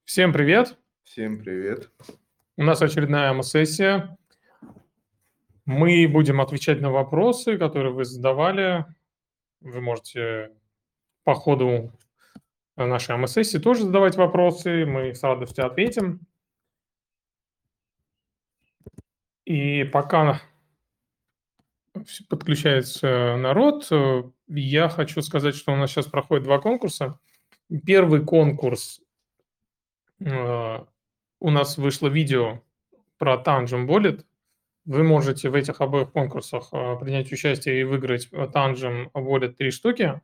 Всем привет! Всем привет. У нас очередная АМА-сессия. Мы будем отвечать на вопросы, которые вы задавали. Вы можете по ходу нашей АМА-сессии тоже задавать вопросы, мы с радостью ответим. И пока подключается народ, я хочу сказать, что у нас сейчас проходит два конкурса. Первый конкурс, у нас вышло видео про Tangent Wallet. Вы можете в этих обоих конкурсах принять участие и выиграть Tangent Wallet 3 штуки.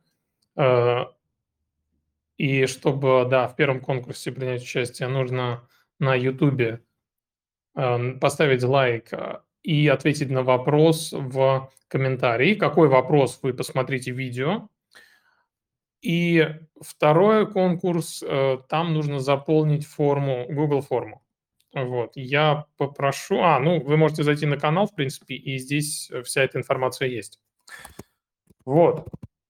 И чтобы, да, в первом конкурсе принять участие, нужно на YouTube поставить лайк и ответить на вопрос в комментарии. Какой вопрос, вы посмотрите видео. И второй конкурс, там нужно заполнить форму, Google форму. Вот, я попрошу... ну, вы можете зайти на канал, в принципе, и здесь вся эта информация есть. Вот.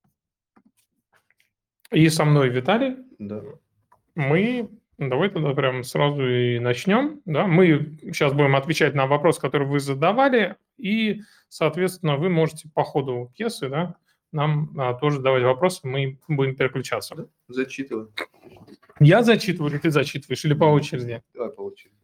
И со мной Виталий. Да. Давай тогда прям сразу и начнем. Да? Мы сейчас будем отвечать на вопросы, которые вы задавали, и, соответственно, вы можете по ходу пьесы, да, нам тоже задавать вопросы, мы будем переключаться. Да, зачитывай. Я зачитываю, или ты зачитываешь, или по очереди? Давай по очереди.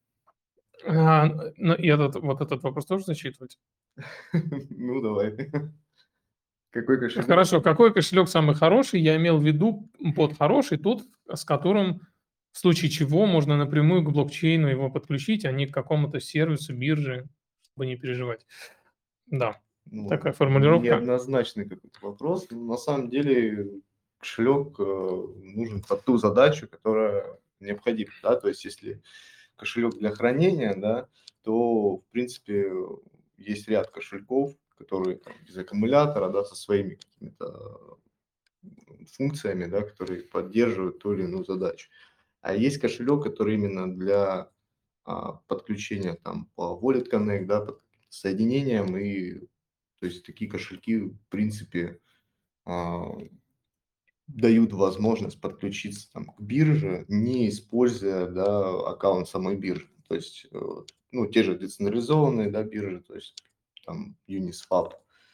И вот этот вопрос тоже зачитывать? Ну, давай. Какой кошелек? Хорошо, какой кошелек самый хороший? Я имел в виду под хороший тот, с которым в случае чего можно напрямую к блокчейну его подключить, а не к какому-то сервису, бирже, чтобы не переживать. Да, такая формулировка. Неоднозначный какой-то вопрос. На самом деле кошелек нужен под ту задачу, которая необходима. Да? То есть если кошелек для хранения, да, то в принципе есть ряд кошельков, которые там, без аккумулятора, да, со своими какими-то функциями, да, которые поддерживают ту или иную задачу. А есть кошелек, который именно для подключения там по Wallet Connect, да, под соединением, и то есть такие кошельки в принципе дают возможность подключиться там к бирже, не используя, да, аккаунт самой биржи. То есть, ну, те же децентрализованные, да, биржи, то есть там Uniswap,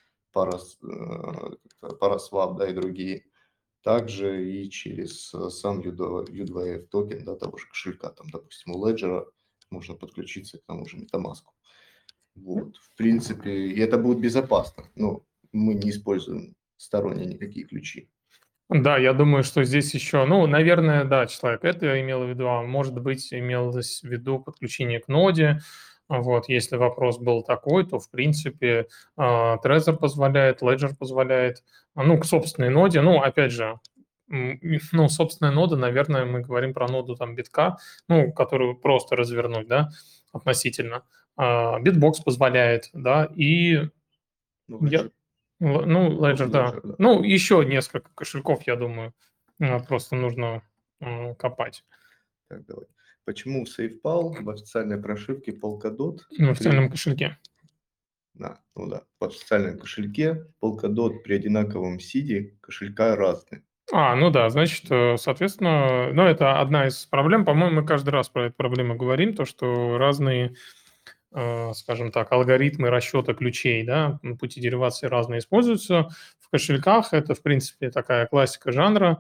Paraswap, да, и другие. Также и через сам U2F токен, да, того же кошелька, там, допустим, у Ledger можно подключиться к тому же MetaMask. Вот, в принципе, и это будет безопасно. Но мы не используем сторонние никакие ключи. Да, я думаю, что здесь еще, ну, наверное, да, человек это имел в виду, а может быть, имелось в виду подключение к ноде. Вот, если вопрос был такой, то, в принципе, Trezor позволяет, Ledger позволяет, ну, к собственной ноде, ну, опять же, ну, собственная нода, наверное, мы говорим про ноду там битка, ну, которую просто развернуть, да, относительно. Bitbox позволяет, да, и Ну, я, Ledger. ну, Ledger, да. Ledger, да. Ну, еще несколько кошельков, я думаю, просто нужно копать. Так, давай. Почему в SafePal в официальной прошивке Polkadot В официальном кошельке. да, ну да, в официальном кошельке Polkadot при одинаковом сиде кошелька разные? Ну да, значит, соответственно, ну, это одна из проблем. По-моему, мы каждый раз про эту проблему говорим, то, что разные, скажем так, алгоритмы расчета ключей, да, пути деривации разные используются в кошельках. Это, в принципе, такая классика жанра.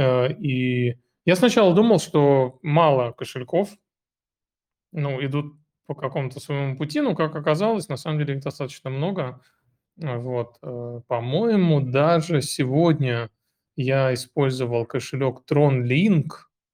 И я сначала думал, что мало кошельков, ну, идут по какому-то своему пути, но, как оказалось, на самом деле их достаточно много. Вот, по-моему, даже сегодня я использовал кошелек TronLink.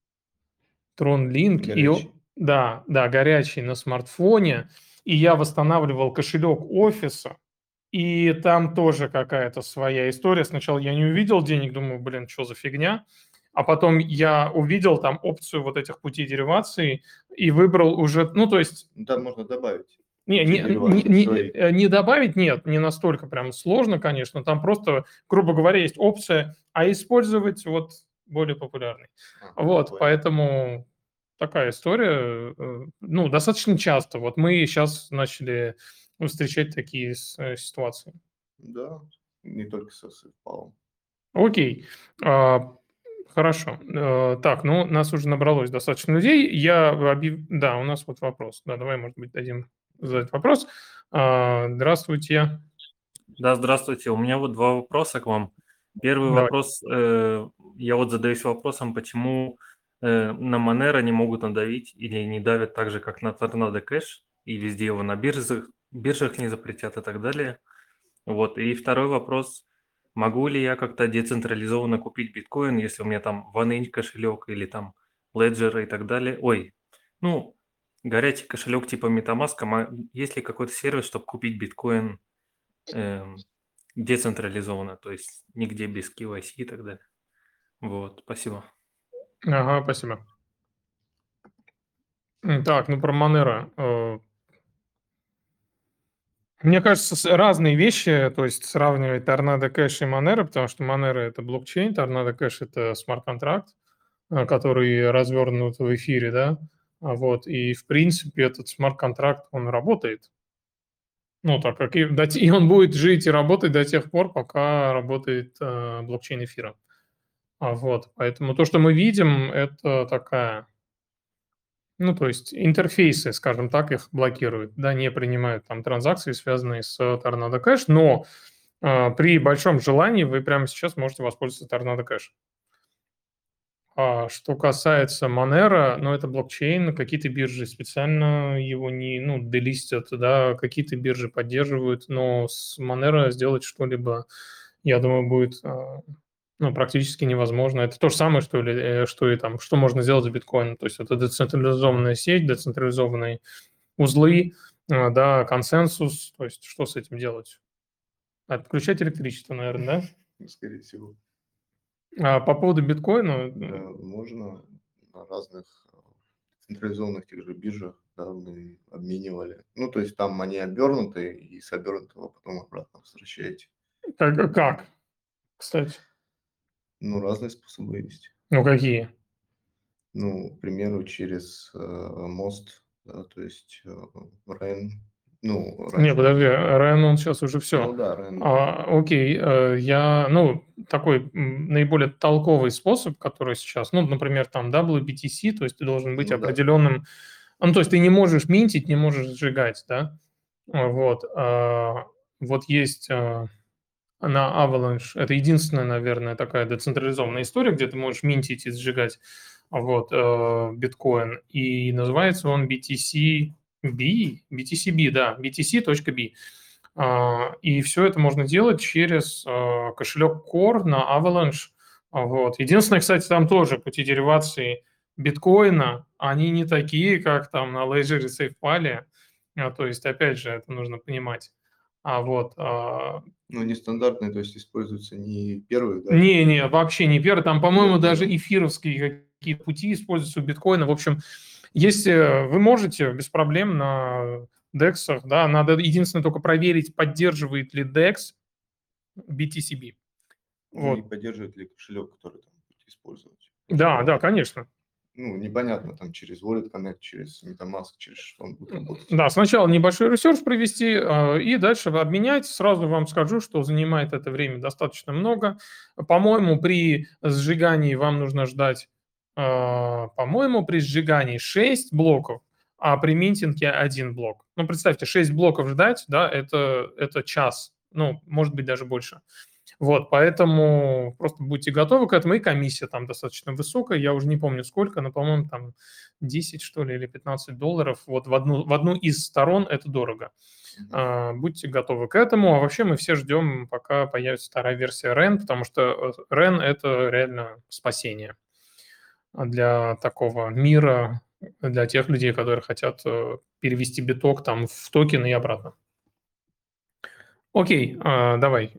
TronLink, Горячий. да, горячий на смартфоне, и я восстанавливал кошелек офиса, и там тоже какая-то своя история. Сначала я не увидел денег, думаю, блин, что за фигня. А потом я увидел там опцию вот этих путей деривации и выбрал уже, ну, то есть... Там можно добавить Не, пути деривации свои. не добавить, нет, не настолько прям сложно, конечно. Там просто, грубо говоря, есть опция, а использовать вот более популярный. Вот, Понял. поэтому такая история, ну, достаточно часто. Вот мы сейчас начали встречать такие ситуации. Да, не только со SafePal. Окей. Хорошо. Так, ну, нас уже набралось достаточно людей. Да, у нас вот вопрос. Да, давай, может быть, дадим задать вопрос. Здравствуйте. Да, здравствуйте. У меня вот два вопроса к вам. Первый Давай. вопрос, я вот задаюсь вопросом, почему на Monero не могут надавить или не давят так же, как на Tornado Cash, и везде его на биржах не запретят и так далее. Вот. И второй вопрос, могу ли я как-то децентрализованно купить биткоин, если у меня там OneInch кошелек или там Ledger и так далее? Ой, ну, горячий кошелек типа MetaMask, есть ли какой-то сервис, чтобы купить биткоин децентрализованно, то есть нигде без KYC и так далее. Вот, спасибо. Ага, спасибо. Так, ну про Monero. Мне кажется, разные вещи, то есть сравнивать Tornado Cash и Monero, потому что Monero – это блокчейн, Tornado Cash – это смарт-контракт, который развернут в эфире, да, вот, и, в принципе, этот смарт-контракт, он работает. Ну, так как и он будет жить и работать до тех пор, пока работает блокчейн эфира. Вот, поэтому то, что мы видим, это такая, ну, то есть интерфейсы, скажем так, их блокируют, да, не принимают там транзакции, связанные с Tornado Cash, но при большом желании вы прямо сейчас можете воспользоваться Tornado Cash. А что касается Monero, ну, это блокчейн, какие-то биржи специально его не, ну, делистят, да, какие-то биржи поддерживают, но с Monero сделать что-либо, я думаю, будет, ну, практически невозможно. Это то же самое, что и там, что можно сделать с биткоином. То есть это децентрализованная сеть, децентрализованные узлы, да, консенсус. То есть что с этим делать? Отключать электричество, наверное, Скорее всего. да? А по поводу биткоина, Можно на разных централизованных тех же биржах, да, мы обменивали. Ну, то есть там они обернуты, и с обернутого потом обратно возвращаете. как, кстати? Ну, разные способы есть. Ну, какие? Ну, к примеру, через мост, да, то есть РЕН. Ну, Не, раньше. подожди, Рен, он сейчас уже Ну все. да, РЕН. Окей, ну, такой наиболее толковый способ, который сейчас, ну, например, там WBTC, то есть ты должен быть Ну да. определенным, ну, то есть ты не можешь минтить, не можешь сжигать, да, вот. Вот есть на Avalanche, это единственная, наверное, такая децентрализованная история, где ты можешь минтить и сжигать, вот, биткоин, и называется он BTCB, да, BTC.B. И все это можно делать через кошелек Core на Avalanche. Вот. Единственное, кстати, там тоже пути деривации биткоина, они не такие, как там на Ledger и SafePal. То есть, опять же, это нужно понимать. Вот. Ну, нестандартные, то есть используются не первые, да? Не, вообще не первый. Там, по-моему, Я даже понял. эфировские какие-то пути используются у биткоина. В общем, если вы можете без проблем на DEX, да, надо единственное только проверить, поддерживает ли DEX BTCB. Ну и Вот. поддерживает ли кошелек, который там будете использовать. Да, Просто, конечно. ну, непонятно, там через Wallet Connect, через MetaMask, через что он будет работать. Да, сначала небольшой ресерч провести и дальше обменять. Сразу вам скажу, что занимает это время достаточно много. По-моему, при сжигании вам нужно ждать, по-моему, при сжигании 6 блоков, а при минтинге 1 блок. Ну, представьте, 6 блоков ждать, да, это час, ну, может быть, даже больше. Вот, поэтому просто будьте готовы к этому, и комиссия там достаточно высокая, я уже не помню сколько, но, по-моему, там 10, что ли, или $15, вот в одну из сторон это дорого. Будьте готовы к этому, а вообще мы все ждем, пока появится вторая версия REN, потому что REN – это реально спасение для такого мира, для тех людей, которые хотят перевести биток там в токен и обратно. Окей, давай.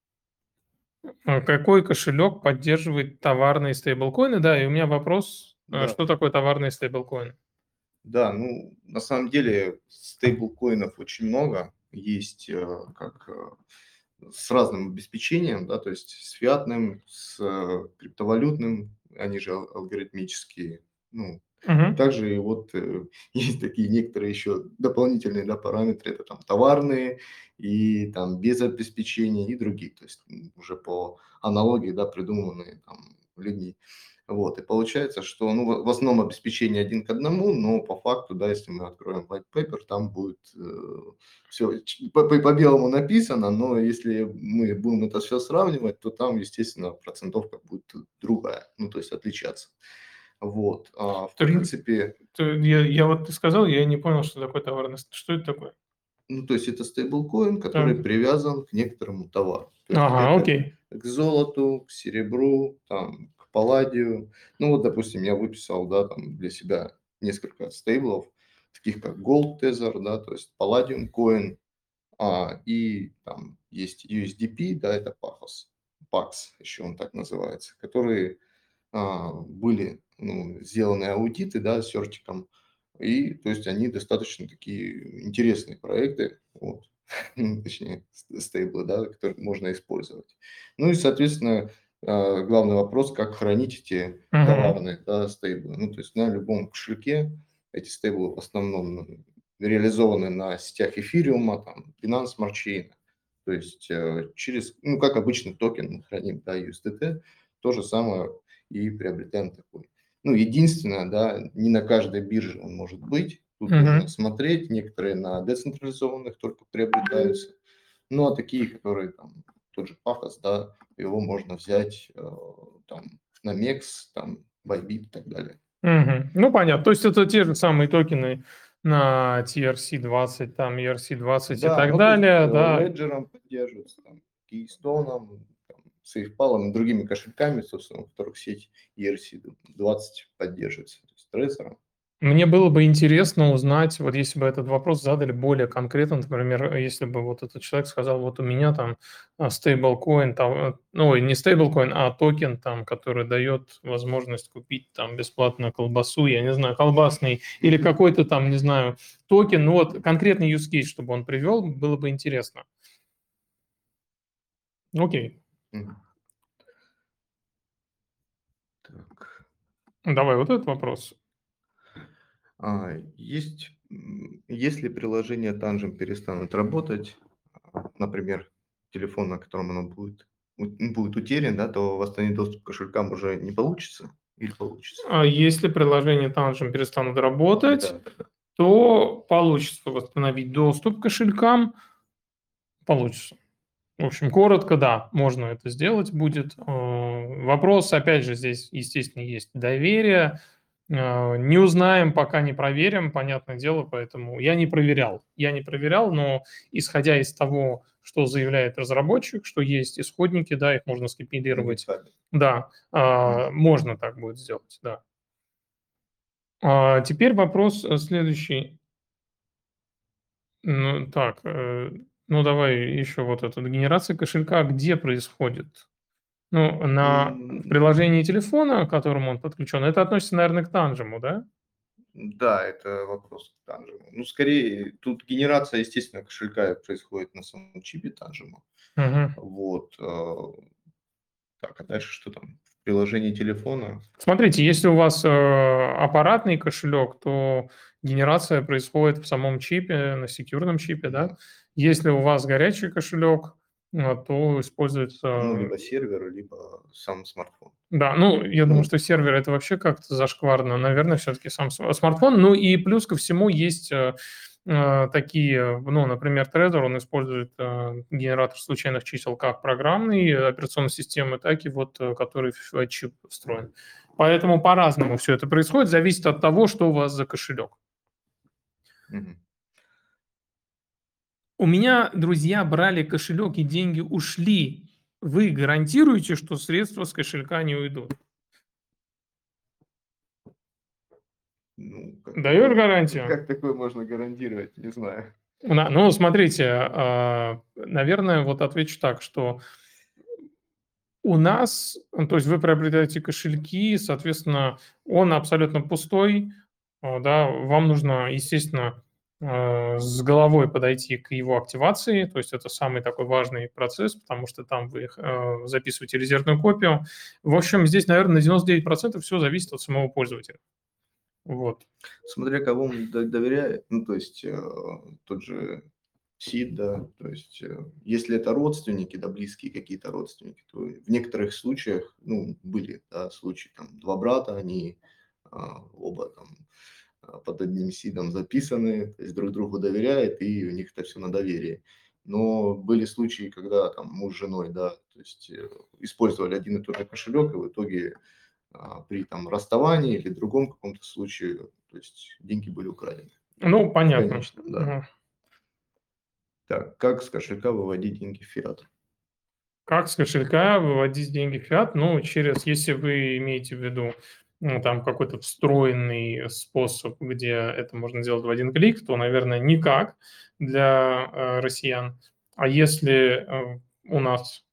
Какой кошелек поддерживает товарные стейблкоины? Да, и у меня вопрос, Да. что такое товарные стейблкоины? Да, ну, на самом деле стейблкоинов очень много. Есть как с разным обеспечением, да, то есть с фиатным, с криптовалютным, они же алгоритмические. Ну, Мгм. также и вот есть такие некоторые еще дополнительные, да, параметры, это там товарные и там без обеспечения и другие, то есть уже по аналогии, да, придуманные там людьми. Вот, и получается, что в основном обеспечение 1 к 1, но по факту, да, если мы откроем white paper, там будет все по белому написано, но если мы будем это все сравнивать, то там, естественно, процентовка будет другая, ну, то есть отличаться. Вот, в принципе... Я вот ты сказал, я не понял, что такое товарный... Что это такое? Ну, то есть это стейблкоин, который привязан к некоторому товару. То есть Ага, окей. к золоту, к серебру, там, к палладию. Ну, вот, допустим, я выписал, да, там, для себя несколько стейблов, таких как Gold Tether, да, то есть Palladium Coin, и там есть USDP, да, это PAX, еще он так называется, которые были сделаны аудиты, да, с сертиком, и то есть они достаточно такие интересные проекты, вот, точнее стейблы, да, которые можно использовать. Ну и, соответственно, главный вопрос, как хранить эти товарные, да, стейблы. Ну, то есть на любом кошельке эти стейблы в основном реализованы на сетях эфириума, там, Binance Smart Chain, то есть через, ну, как обычный токен мы храним, да, USDT, то же самое и приобретаем такой. Ну, единственное, да, не на каждой бирже он может быть. Тут нужно смотреть. Некоторые на децентрализованных только приобретаются. Ну, а такие, которые там, тот же Paxos, да, его можно взять там на MEX, там, Bybit и так далее. Ну, понятно. То есть это те же самые токены на TRC-20, там ERC-20 Да, и так ну, далее, да. Ledger поддерживается, там, Keystone, SafePal и другими кошельками, собственно, у которых сеть ERC-20 поддерживается, то есть Trezor. Мне было бы интересно узнать, вот если бы этот вопрос задали более конкретно, например, если бы вот этот человек сказал, вот у меня там стейблкоин, ну, не стейблкоин, а токен там, который дает возможность купить там бесплатно колбасу, я не знаю, колбасный, или какой-то там, не знаю, токен, ну вот конкретный use case, чтобы он привел, было бы интересно. Окей. Так. Давай вот этот вопрос. Если приложения Tangent перестанут работать, например, телефон, на котором оно будет утерян, да, то восстановить доступ к кошелькам уже не получится или получится? Если приложения Tangent перестанут работать, то получится восстановить доступ к кошелькам, получится. В общем, коротко, да, можно это сделать будет. Вопрос, опять же, здесь, естественно, есть доверие. Не узнаем, пока не проверим, понятное дело, поэтому я не проверял, но исходя из того, что заявляет разработчик, что есть исходники, да, их можно скомпилировать. Да, можно так будет сделать, да. Теперь вопрос следующий. Ну, так, ну давай еще вот эта генерация кошелька где происходит? Ну, на приложении телефона, к которому он подключен, это относится, наверное, к Танжему, да? Да, это вопрос к Tanjimo. Ну, скорее, тут генерация, естественно, кошелька происходит на самом чипе Tanjimo. Вот. Так, а дальше что там? В приложении телефона? Смотрите, если у вас аппаратный кошелек, то генерация происходит в самом чипе, на секьюрном чипе, да? Если у вас горячий кошелек, то используется... Ну, либо сервер, либо сам смартфон. Да, ну, я думаю, что сервер это вообще как-то зашкварно. Наверное, все-таки сам смартфон. Ну и плюс ко всему есть такие, ну, например, Trezor, он использует генератор случайных чисел как программной операционной системы, так и вот, который в чип встроен. Поэтому по-разному все это происходит, зависит от того, что у вас за кошелек. У меня друзья брали кошелек и деньги ушли. Вы гарантируете, что средства с кошелька не уйдут? Даешь гарантию? Как такое можно гарантировать? Не знаю. Ну, смотрите, наверное, вот отвечу так, что у нас, то есть вы приобретаете кошельки, соответственно, он абсолютно пустой, да, вам нужно, естественно, с головой подойти к его активации, то есть это самый такой важный процесс, потому что там вы записываете резервную копию. В общем, здесь, наверное, на 99% все зависит от самого пользователя. Вот. Смотря кому он доверяет, ну, то есть тот же СИД, да, то есть если это родственники, да, близкие какие-то родственники, то в некоторых случаях, ну, были, да, случаи, там, два брата, они оба там под одним СИДом записаны, то есть друг другу доверяют, и у них это все на доверии. Но были случаи, когда там муж с женой, да, то есть использовали один и тот же кошелек, и в итоге при там расставании или другом каком-то случае, то есть деньги были украдены. Ну, понятно. Конечно, да. Мгм. Так, как с кошелька выводить деньги в фиат? Как с кошелька выводить деньги в фиат? Ну, через, если вы имеете в виду там какой-то встроенный способ, где это можно делать в один клик, то, наверное, никак для россиян. А если у нас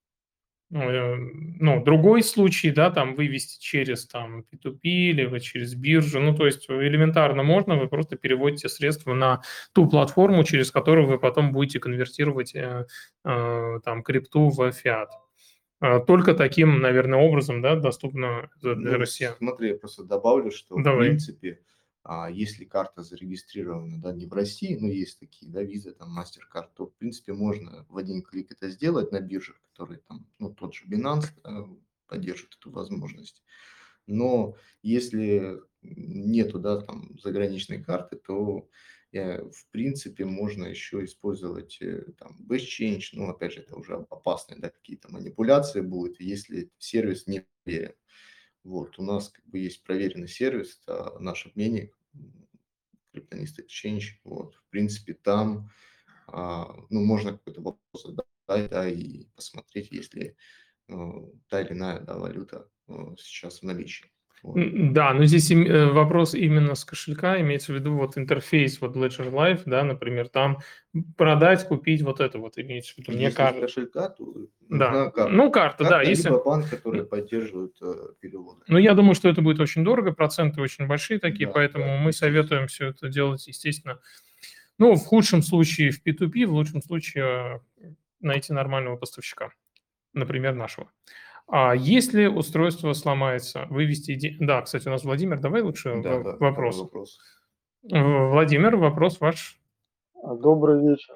ну, другой случай, да, там вывести через там P2P или вы через биржу, ну, то есть элементарно можно, вы просто переводите средства на ту платформу, через которую вы потом будете конвертировать там крипту в фиат. Только таким, наверное, образом, да, доступно это для Ну, россиян. смотри, я просто добавлю, что в Давай. принципе, если карта зарегистрирована, да, не в России, но есть такие, да, визы, там, MasterCard, то, в принципе, можно в один клик это сделать на биржах, которые там, ну, тот же Binance поддержит эту возможность. Но если нету, да, там, заграничной карты, то, в принципе, можно еще использовать там BestChange, ну, опять же, это уже опасные, да, какие-то манипуляции будут, если сервис не проверен. Вот, у нас как бы есть проверенный сервис, это наш обменник, Kryptonist Exchange, вот, в принципе, там, ну, можно какой-то вопрос задать, да, и посмотреть, есть ли та или иная, да, валюта сейчас в наличии. Вот. Да, но здесь вопрос именно с кошелька, имеется в виду вот интерфейс, вот Ledger Live, да, например, там продать, купить вот это вот, имеется в виду, не Если с карта. кошелька, то Да, нужна карта. ну карта, да, Карта, если... либо банк, который поддерживает переводы. Ну, я думаю, что это будет очень дорого, проценты очень большие такие, Да, поэтому да, мы естественно. советуем все это делать, естественно, ну, в худшем случае в P2P, в лучшем случае найти нормального поставщика, например, нашего. А если устройство сломается, вывести... Да, кстати, у нас Владимир, давай лучше Да, да, второй вопрос. вопрос. Владимир, вопрос ваш. Добрый вечер.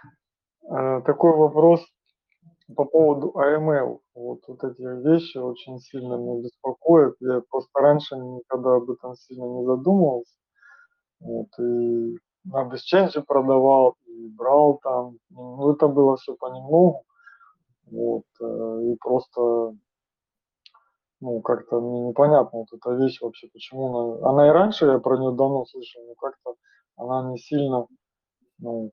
Такой вопрос по поводу AML. Вот эти вещи очень сильно меня беспокоят. Я просто раньше никогда об этом сильно не задумывался. Вот, и на BestChange продавал, и брал там. Ну, это было все понемногу. Вот, и просто, ну, как-то мне непонятно вот эта вещь вообще, почему она и раньше, я про нее давно слышал, но как-то она не сильно, ну,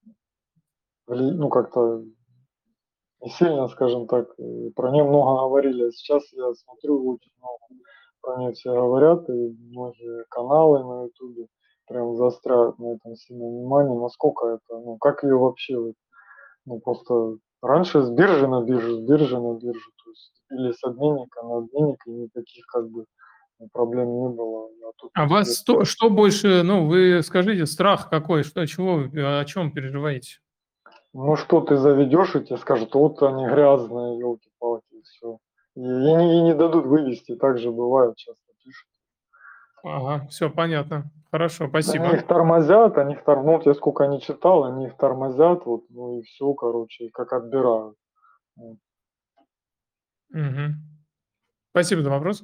ну как-то не сильно, скажем так, про нее много говорили. А сейчас я смотрю, очень много про нее все говорят, и многие каналы на ютубе прям заостряют на этом сильное внимание, насколько это, ну, как ее вообще, ну, просто раньше с биржи на биржу, с биржи на биржу, то есть, или с обменника на обменник, и никаких, как бы, проблем не было. А тут А вас что больше, ну, вы скажите, страх какой, что, чего, о чем переживаете? ну что ты заведешь, и тебе скажут, вот они грязные, елки-палки, и все. И не дадут вывести, так же бывает, часто пишут. Ага, все понятно. Хорошо, Они спасибо. их тормозят, ну вот я сколько не читал, они их тормозят, вот, ну и все, короче, и как отбирают. Вот. Мгм. Спасибо за вопрос.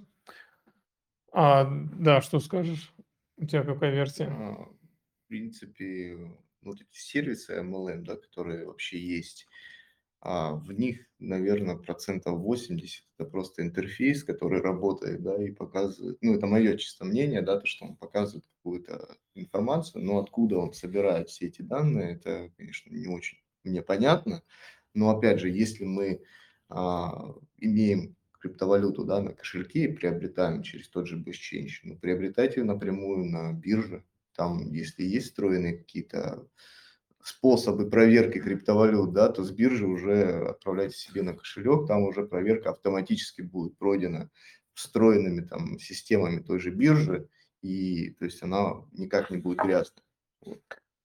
Да, что скажешь? У тебя какая версия? В принципе, вот эти сервисы MLM, да, которые вообще есть, в них, наверное, 80% это просто интерфейс, который работает, да, и показывает, ну, это мое чисто мнение, да, то, что он показывает какую-то информацию, но откуда он собирает все эти данные, это, конечно, не очень мне понятно, но, опять же, если мы имеем криптовалюту, да, на кошельке и приобретаем через тот же BestChange, ну, приобретайте напрямую на бирже, там, если есть встроенные какие-то способы проверки криптовалют, да, то с биржи уже отправляйте себе на кошелек, там уже проверка автоматически будет пройдена встроенными там системами той же биржи, и то есть она никак не будет грязной. Вот.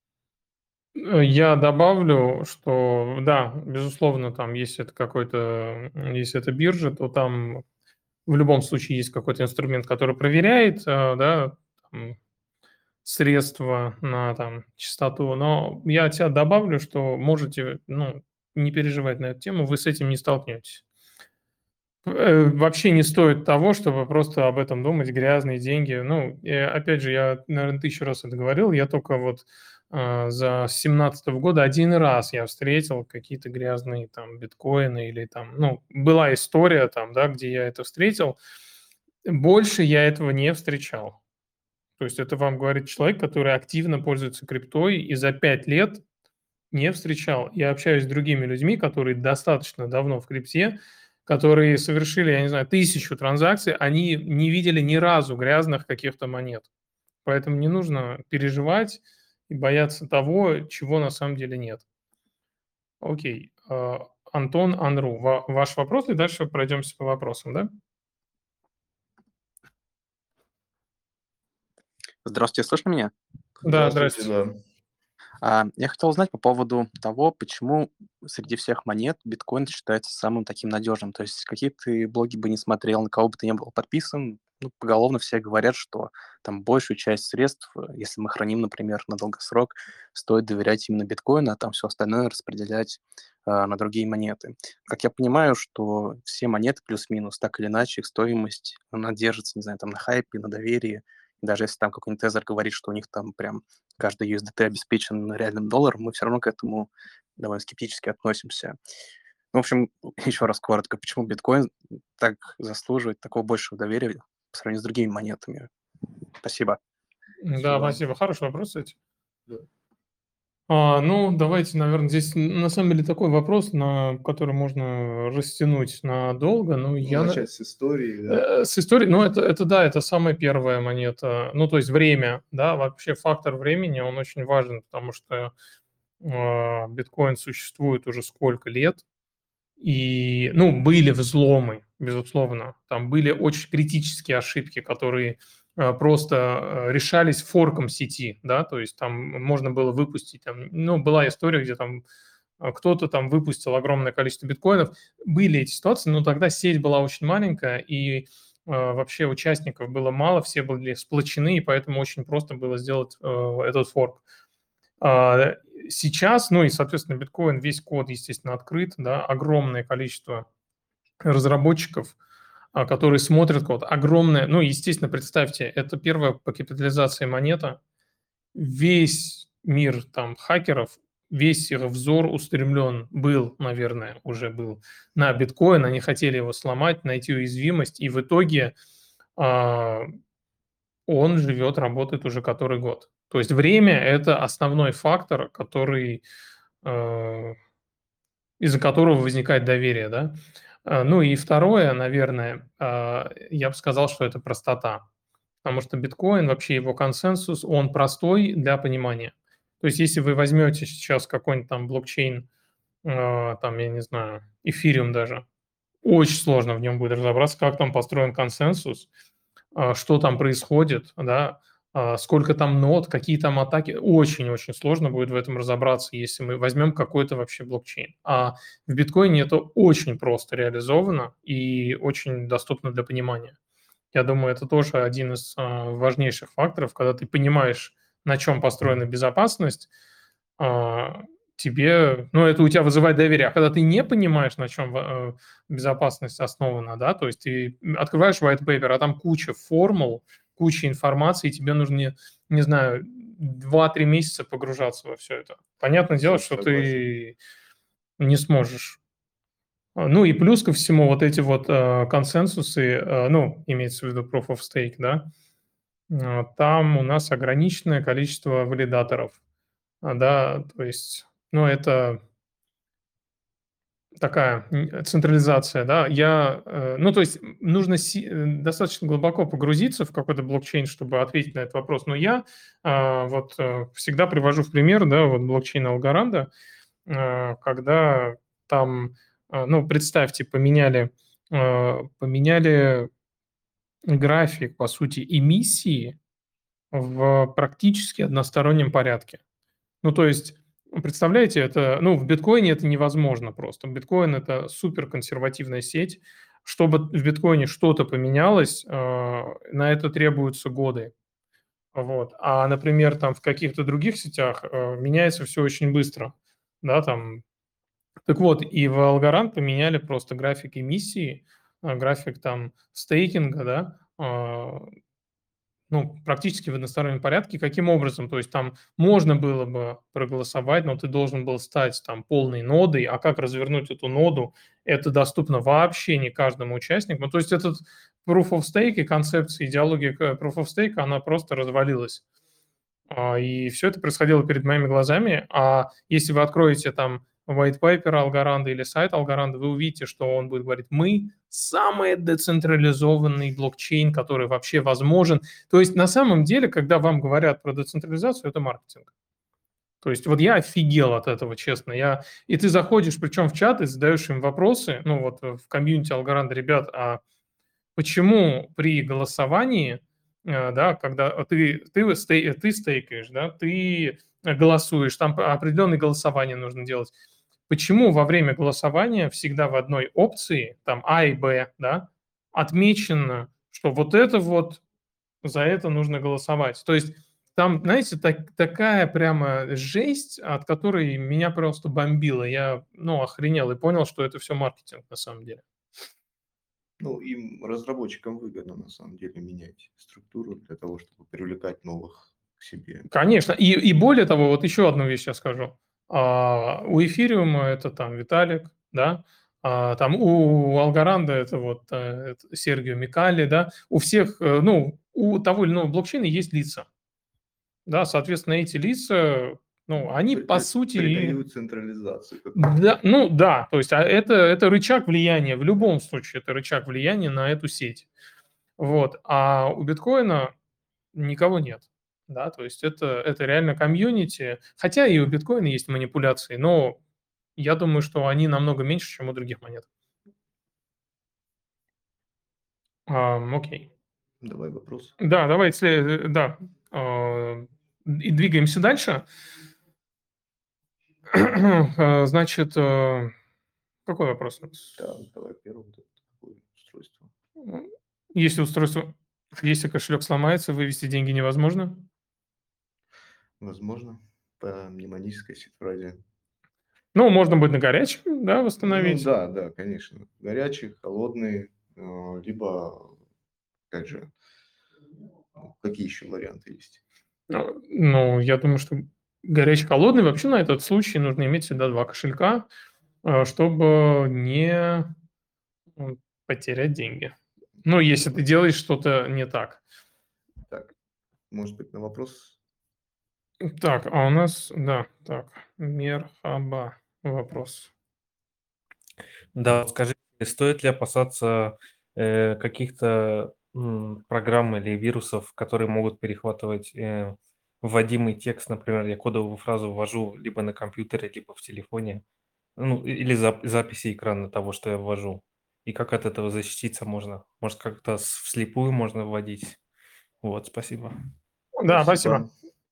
Я добавлю, что да, безусловно, там, если это если это биржа, то там в любом случае есть какой-то инструмент, который проверяет, да, там, средства на там частоту, но я от себя добавлю, что можете, ну, не переживать на эту тему, вы с этим не столкнетесь. Вообще не стоит того, чтобы просто об этом думать, грязные деньги. Ну, опять же, я, наверное, 1000 раз это говорил, я только вот за 17 года один раз я встретил какие-то грязные там биткоины или там, ну, была история там, да, где я это встретил. Больше я этого не встречал. То есть это вам говорит человек, который активно пользуется криптой и за 5 лет не встречал. Я общаюсь с другими людьми, которые достаточно давно в крипте, которые совершили, я не знаю, 1000 транзакций, они не видели ни разу грязных каких-то монет. Поэтому не нужно переживать и бояться того, чего на самом деле нет. Окей. Антон Анру, ваш вопрос, и дальше пройдемся по вопросам, да? Здравствуйте, слышно меня? Да, Здравствуйте, здрасте. да. Я хотел узнать по поводу того, почему среди всех монет биткоин считается самым таким надежным. То есть какие ты блоги бы не смотрел, на кого бы ты не был подписан, ну, поголовно все говорят, что там большую часть средств, если мы храним, например, на долгосрок, стоит доверять именно биткоину, а там все остальное распределять на другие монеты. Как я понимаю, что все монеты плюс-минус, так или иначе, их стоимость, она держится, не знаю, там на хайпе, на доверии. Даже если там какой-нибудь тезер говорит, что у них там прям каждый USDT обеспечен реальным долларом, мы все равно к этому довольно скептически относимся. Ну, в общем, еще раз коротко, почему биткоин так заслуживает такого большего доверия по сравнению с другими монетами? Спасибо. Да, спасибо. Хороший вопрос, кстати. Да. Ну, давайте, наверное, здесь на самом деле такой вопрос, на который можно растянуть надолго. Ну, я Начать с истории, да. с истории, ну, это да, это самая первая монета. Ну, то есть время, да, вообще фактор времени, он очень важен, потому что биткоин существует уже сколько лет, и, ну, были взломы, безусловно. Там были очень критические ошибки, которые просто решались форком сети, да, то есть там можно было выпустить, там, ну, была история, где там кто-то там выпустил огромное количество биткоинов. Были эти ситуации, но тогда сеть была очень маленькая, и вообще участников было мало, все были сплочены, и поэтому очень просто было сделать этот форк. А, Сейчас, ну и, соответственно, биткоин, весь код, естественно, открыт, да, огромное количество разработчиков, которые смотрят код, огромное, ну, естественно, представьте, это первая по капитализации монета, весь мир там хакеров, весь их взор устремлен был, наверное, уже был на биткоин, они хотели его сломать, найти уязвимость, и в итоге а, он живет, работает уже который год. То есть время – это основной фактор, который, э, из-за которого возникает доверие, да. Ну и второе, наверное, я бы сказал, что это простота. Потому что биткоин, вообще его консенсус, он простой для понимания. То есть если вы возьмете сейчас какой-нибудь там блокчейн, там, я не знаю, эфириум даже, очень сложно в нем будет разобраться, как там построен консенсус, что там происходит, да, сколько там нод, какие там атаки. Очень-очень сложно будет в этом разобраться, если мы возьмем какой-то вообще блокчейн. А в биткоине это очень просто реализовано и очень доступно для понимания. Я думаю, это тоже один из важнейших факторов, когда ты понимаешь, на чем построена безопасность, а, тебе, ну, это у тебя вызывает доверие. А когда ты не понимаешь, на чем безопасность основана, да, то есть ты открываешь white paper, а там куча формул, куча информации, и тебе нужно, не знаю, 2-3 месяца погружаться во все это. Понятное дело, что Согласен. ты не сможешь. Ну и плюс ко всему вот эти вот консенсусы, ну, имеется в виду Proof of Stake, да, там у нас ограниченное количество валидаторов, да, то есть, ну, это такая централизация, да, ну, то есть нужно достаточно глубоко погрузиться в какой-то блокчейн, чтобы ответить на этот вопрос, но я вот всегда привожу в пример, да, вот блокчейн Algorand, когда там, ну, представьте, поменяли график, по сути, эмиссии в практически одностороннем порядке. Ну, то есть, представляете, это, ну, в биткоине это невозможно просто. Биткоин – это суперконсервативная сеть. Чтобы в биткоине что-то поменялось, на это требуются годы. Вот. А, например, там в каких-то других сетях меняется все очень быстро. Да, там. Так вот, и в Algorand поменяли просто график эмиссии, график там стейкинга, да, ну, практически в одностороннем порядке. Каким образом? То есть там можно было бы проголосовать, но ты должен был стать там полной нодой, а как развернуть эту ноду, это доступно вообще не каждому участнику. Ну, то есть этот Proof of Stake и концепция, идеология Proof of Stake, она просто развалилась. И все это происходило перед моими глазами. А если вы откроете там white paper Algorand или сайт Algorand, вы увидите, что он будет говорить: мы самый децентрализованный блокчейн, который вообще возможен. То есть на самом деле, когда вам говорят про децентрализацию, это маркетинг. То есть вот я офигел от этого, честно. И ты заходишь, причем в чат, и задаешь им вопросы, ну вот в комьюнити Algorand: ребят, а почему при голосовании, да, когда ты стейкаешь, да, ты голосуешь, там определенные голосования нужно делать. Почему во время голосования всегда в одной опции, там А и Б, да, отмечено, что вот это вот за это нужно голосовать? То есть там, знаете, такая прямо жесть, от которой меня просто бомбило. Я, ну, охренел и понял, что это все маркетинг на самом деле. Ну, им, разработчикам, выгодно на самом деле менять структуру для того, чтобы привлекать новых к себе. Конечно. И более того, вот еще одну вещь я скажу. У эфириума это там Виталик, да, там у Алгоранда это вот это Сергио Микали, да, у всех, ну, у того или иного блокчейна есть лица, да, соответственно, эти лица, ну, они по сути... Придают централизацию. Да, ну да, то есть это рычаг влияния, в любом случае это рычаг влияния на эту сеть. Вот. А у биткоина никого нет. Да, то есть это реально комьюнити. Хотя и у биткоина есть манипуляции, но я думаю, что они намного меньше, чем у других монет. Окей. Давай вопрос. Да, давайте, да, и двигаемся дальше. Значит, какой вопрос у нас? Да, давай первым. Какое устройство? Если кошелек сломается, вывести деньги невозможно? Возможно, по мнемонической сеть-фразе. Ну, можно будет на горячем, да, Ну восстановить. да, конечно. Горячий, холодный, либо, опять же, какие еще варианты есть? Ну, я думаю, что горячий, холодный. Вообще на этот случай нужно иметь всегда 2 кошелька, чтобы не потерять деньги. Ну, если ты делаешь что-то не так. Так, может быть, на вопрос? Так, а у нас, да, так, мерхаба, вопрос. Да, скажите, стоит ли опасаться каких-то программ или вирусов, которые могут перехватывать вводимый текст, например, я кодовую фразу ввожу либо на компьютере, либо в телефоне, ну, или записи экрана того, что я ввожу. И как от этого защититься можно? Может, как-то вслепую можно вводить? Вот, спасибо. Да, спасибо.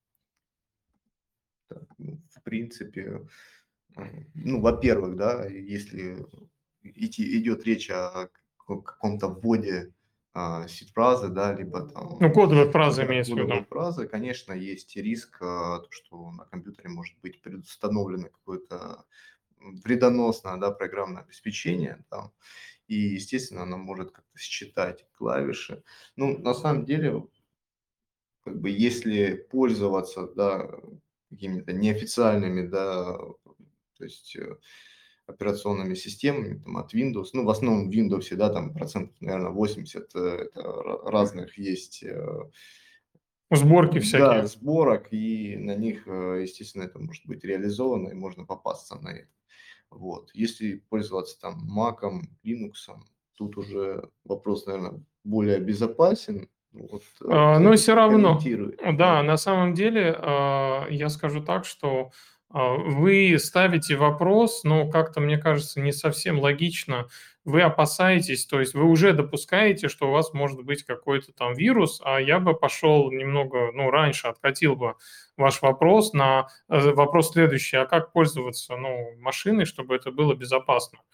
Так, ну, в принципе, ну, во-первых, да, если идет речь о каком-то вводе сид-фразы, да, либо там Ну, кодовая фраза имеется в кодовой виду. фразы, конечно, есть риск, то, что на компьютере может быть предустановлено какое-то вредоносное, да, программное обеспечение, там, и, естественно, она может как-то считать клавиши. Ну, на самом деле, как бы, если пользоваться, да, какими-то неофициальными, да, то есть операционными системами там, от Windows, ну, в основном в Windows, да, там процентов, наверное, 80 это разных есть Сборки да, всякие. сборок, и на них, естественно, это может быть реализовано, и можно попасться на это. Вот. Если пользоваться там Mac, Linux, тут уже вопрос, наверное, более безопасен. Вот, Но кто-то все равно, прокомментирует. да, на самом деле, я скажу так, что вы ставите вопрос, но как-то, мне кажется, не совсем логично. Вы опасаетесь, то есть вы уже допускаете, что у вас может быть какой-то там вирус, а я бы пошел немного, ну, раньше, откатил бы ваш вопрос на вопрос следующий: а как пользоваться, ну, машиной, чтобы это было безопасно?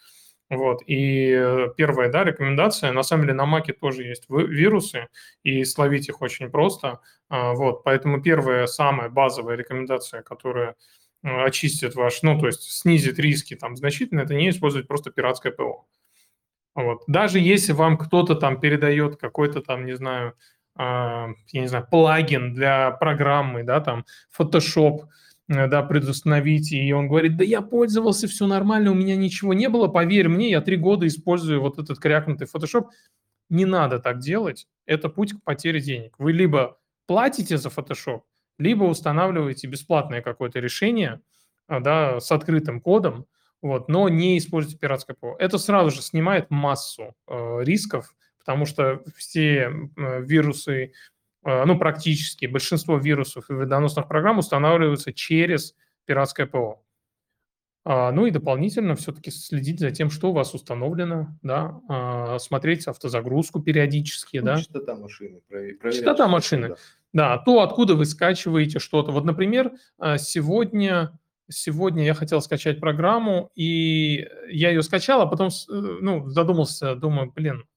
Вот, и первая, да, рекомендация, на самом деле на Маке тоже есть вирусы, и словить их очень просто, вот, поэтому первая, самая базовая рекомендация, которая очистит ваш, ну, то есть снизит риски там значительно, это не использовать просто пиратское ПО. Вот. Даже если вам кто-то там передает какой-то там, не знаю, я не знаю, плагин для программы, да, там, Photoshop, да, предустановить, и он говорит, да я пользовался, все нормально, у меня ничего не было, поверь мне, я 3 года использую вот этот крякнутый Photoshop. Не надо так делать, это путь к потере денег. Вы либо платите за Photoshop, либо устанавливаете бесплатное какое-то решение, да, с открытым кодом, вот, но не используйте пиратское ПО. Это сразу же снимает массу рисков, потому что все вирусы, ну, практически большинство вирусов и вредоносных программ устанавливаются через пиратское ПО. Ну и дополнительно все-таки следить за тем, что у вас установлено, да, смотреть автозагрузку периодически, Ну, да, частота машины, проверять частота частоту, машины, да. да, то, откуда вы скачиваете что-то. Вот, например, сегодня я хотел скачать программу, и я ее скачал, а потом, ну, задумался, думаю, блин,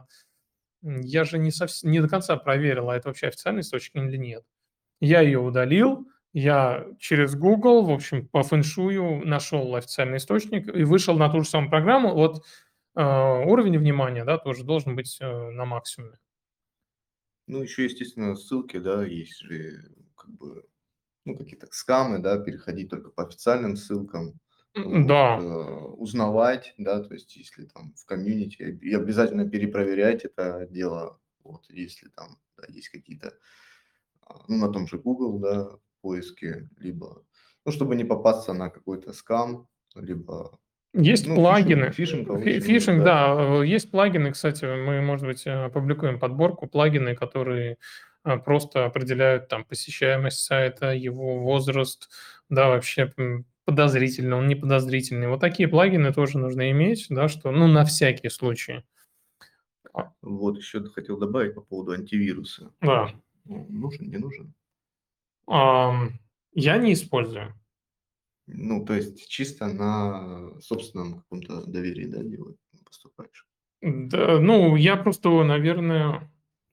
я же не до конца проверил, а это вообще официальный источник или нет. Я ее удалил, я через Google, в общем, по фэншую нашел официальный источник и вышел на ту же самую программу. Вот уровень внимания, да, тоже должен быть на максимуме. Ну, еще, естественно, ссылки, да, есть же, как бы, ну, какие-то скамы, да, переходить только по официальным ссылкам, вот, Да, узнавать, да, то есть если там в комьюнити, и обязательно перепроверять это дело, вот, если там, да, есть какие-то, ну, на том же Google, да, поиски, либо, ну, чтобы не попасться на какой-то скам, либо, есть ну, плагины. фишинга лучше нет, Фишинг, да. да, есть плагины, кстати, мы, может быть, опубликуем подборку, плагины, которые просто определяют там посещаемость сайта, его возраст, да, вообще подозрительный, он не подозрительный. Вот такие плагины тоже нужно иметь, да, что, ну, на всякий случай. Вот, еще хотел добавить по поводу антивируса. Да. Нужен, не нужен? Я не использую. Ну, то есть чисто на собственном каком-то доверии, да, делать поступаешь? Да, ну, я просто, наверное,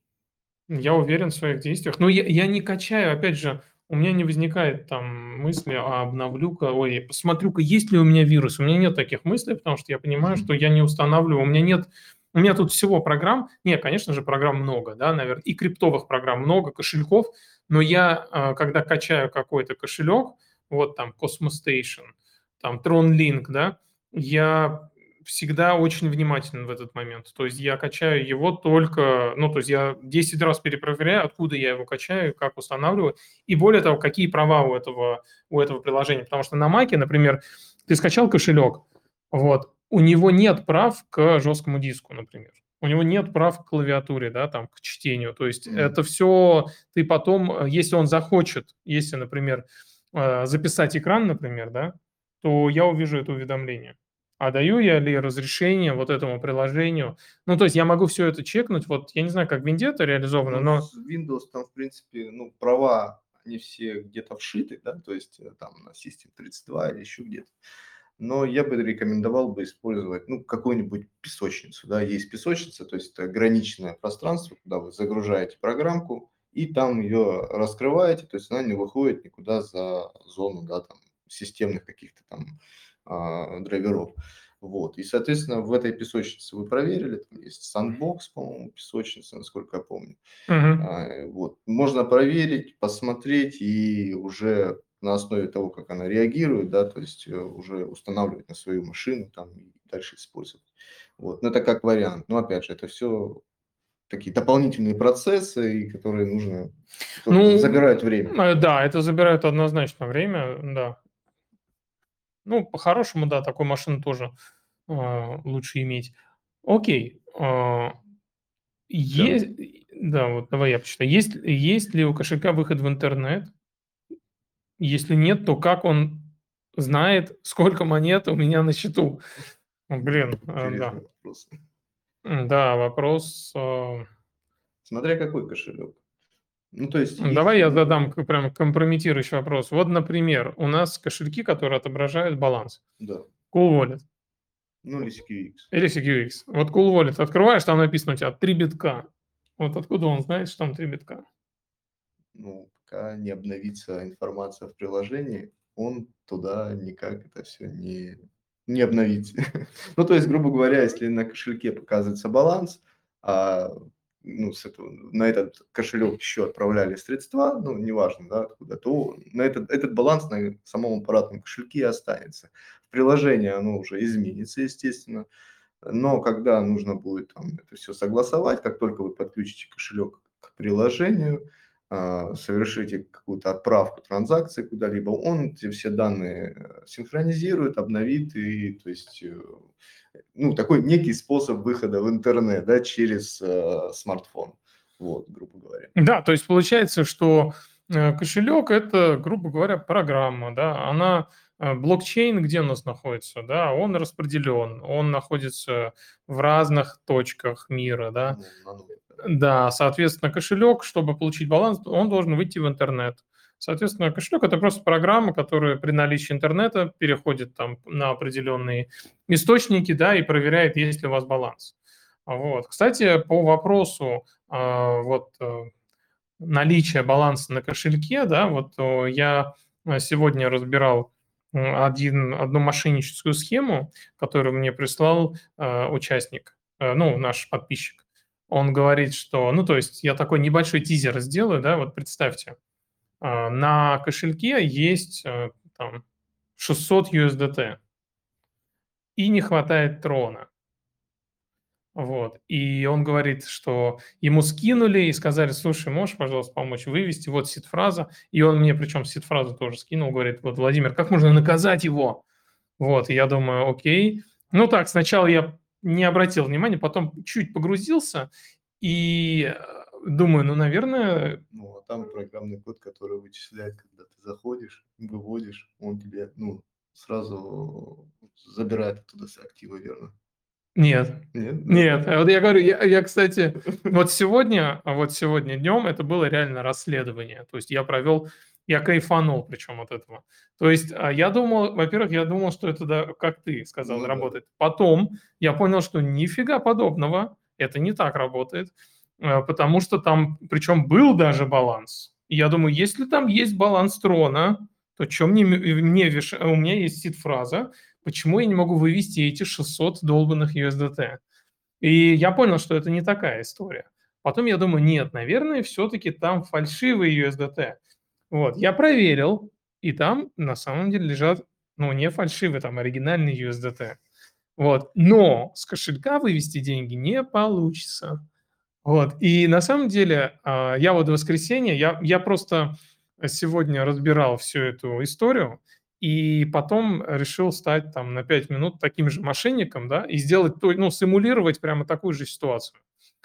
я уверен в своих действиях. Но я не качаю, опять же, у меня не возникает там мысли, обновлю-ка, ой, посмотрю-ка, есть ли у меня вирус. У меня нет таких мыслей, потому что я понимаю, что я не устанавливаю, у меня тут всего программ, нет, конечно же, программ много, да, наверное, и криптовых программ много, кошельков, но я, когда качаю какой-то кошелек, вот там Cosmos Station, там TronLink, да, я всегда очень внимателен в этот момент. То есть я качаю его только, ну, то есть я 10 раз перепроверяю, откуда я его качаю, как устанавливаю, и более того, какие права у этого приложения. Потому что на Маке, например, ты скачал кошелек, вот, у него нет прав к жесткому диску, например. У него нет прав к клавиатуре, да, там, к чтению. То есть это все ты потом, если он захочет, если, например, записать экран, например, да, то я увижу это уведомление. А даю я ли разрешение вот этому приложению? Ну, то есть я могу все это чекнуть. Вот я не знаю, как в Винде это реализовано, Ну, но с Windows там, в принципе, ну, права, они все где-то вшиты, да, то есть там на System 32 или еще где-то. Но я бы рекомендовал бы использовать, ну, какую-нибудь песочницу, да, есть песочница, то есть это ограниченное пространство, куда вы загружаете программку, и там ее раскрываете, то есть она не выходит никуда за зону, да, там, системных каких-то там драйверов. Вот. И, соответственно, в этой песочнице вы проверили, там есть Sandbox, по-моему, песочница, насколько я помню. Мгм. Вот. Можно проверить, посмотреть и уже на основе того, как она реагирует, да, то есть уже устанавливать на свою машину там и дальше использовать. Вот. Но это как вариант. Но опять же, это все такие дополнительные процессы, которые Ну, забирают время. да, это забирает однозначно время, да. Ну, по-хорошему, да, такую машину тоже лучше иметь. Окей. Да. Есть, да, вот давай я почитаю. Есть ли у кошелька выход в интернет? Если нет, то как он знает, сколько монет у меня на счету? Блин, да. Интересный вопрос. Да, вопрос. Смотря какой кошелек. Ну, то есть есть, Давай я задам прям компрометирующий вопрос. Вот, например, у нас кошельки, которые отображают баланс. да. Cool Wallet. Ну, или CQX. Или CQX. Вот Cool Wallet открываешь, там написано у тебя 3 битка. Вот откуда он знает, что там 3 битка? Ну, пока не обновится информация в приложении, он туда никак это все не обновить. Ну, то есть, грубо говоря, если на кошельке показывается баланс, а ну, на этот кошелек еще отправляли средства, ну, неважно, да, откуда, то на этот баланс на самом аппаратном кошельке и останется. В приложении оно уже изменится, естественно, но когда нужно будет там это все согласовать, как только вы подключите кошелек к приложению, совершите какую-то отправку транзакции куда-либо, он эти все данные синхронизирует, обновит, и то есть ну, такой некий способ выхода в интернет, да, через смартфон, вот, грубо говоря. Да, то есть получается, что кошелек это, грубо говоря, программа, да, она блокчейн, где у нас находится, да, он распределен, он находится в разных точках мира, да, Ну, на нуле, да. да, соответственно, кошелек, чтобы получить баланс, он должен выйти в интернет. Соответственно, кошелек это просто программа, которая при наличии интернета переходит там на определенные источники, да, и проверяет, есть ли у вас баланс. Вот. Кстати, по вопросу наличия баланса на кошельке, да, вот я сегодня разбирал одну мошенническую схему, которую мне прислал участник, ну, наш подписчик. Он говорит, что, ну, то есть я такой небольшой тизер сделаю, да, вот представьте, на кошельке есть там 600 USDT и не хватает трона. Вот. И он говорит, что ему скинули и сказали, слушай, можешь, пожалуйста, помочь вывести, вот сид-фраза. И он мне, причем сид-фразу тоже скинул, говорит, вот, Владимир, как можно наказать его? Вот, и я думаю, окей. Ну так, сначала я не обратил внимания, потом чуть погрузился и думаю, ну, наверное, Ну, а там программный код, который вычисляет, когда ты заходишь, выводишь, он тебе, ну, сразу забирает оттуда с актива, верно? нет. Нет? Нет, вот я говорю, кстати, вот сегодня днем это было реально расследование. То есть я кайфанул причем от этого. То есть я думал, во-первых, я думал, что это, да, как ты сказал, Ну да. работает. Потом я понял, что нифига подобного, это не так работает, потому что там, причем был даже баланс. И я думаю, если там есть баланс трона, то что у меня есть сид-фраза, почему я не могу вывести эти 600 долбанных USDT? И я понял, что это не такая история. Потом я думаю, нет, наверное, все-таки там фальшивые USDT. Вот, я проверил, и там на самом деле лежат, ну, не фальшивые, там оригинальные USDT. Вот, но с кошелька вывести деньги не получится. Вот, и на самом деле я вот в воскресенье, я просто сегодня разбирал всю эту историю, и потом решил стать там на 5 минут таким же мошенником, да, и сделать, ну, симулировать прямо такую же ситуацию.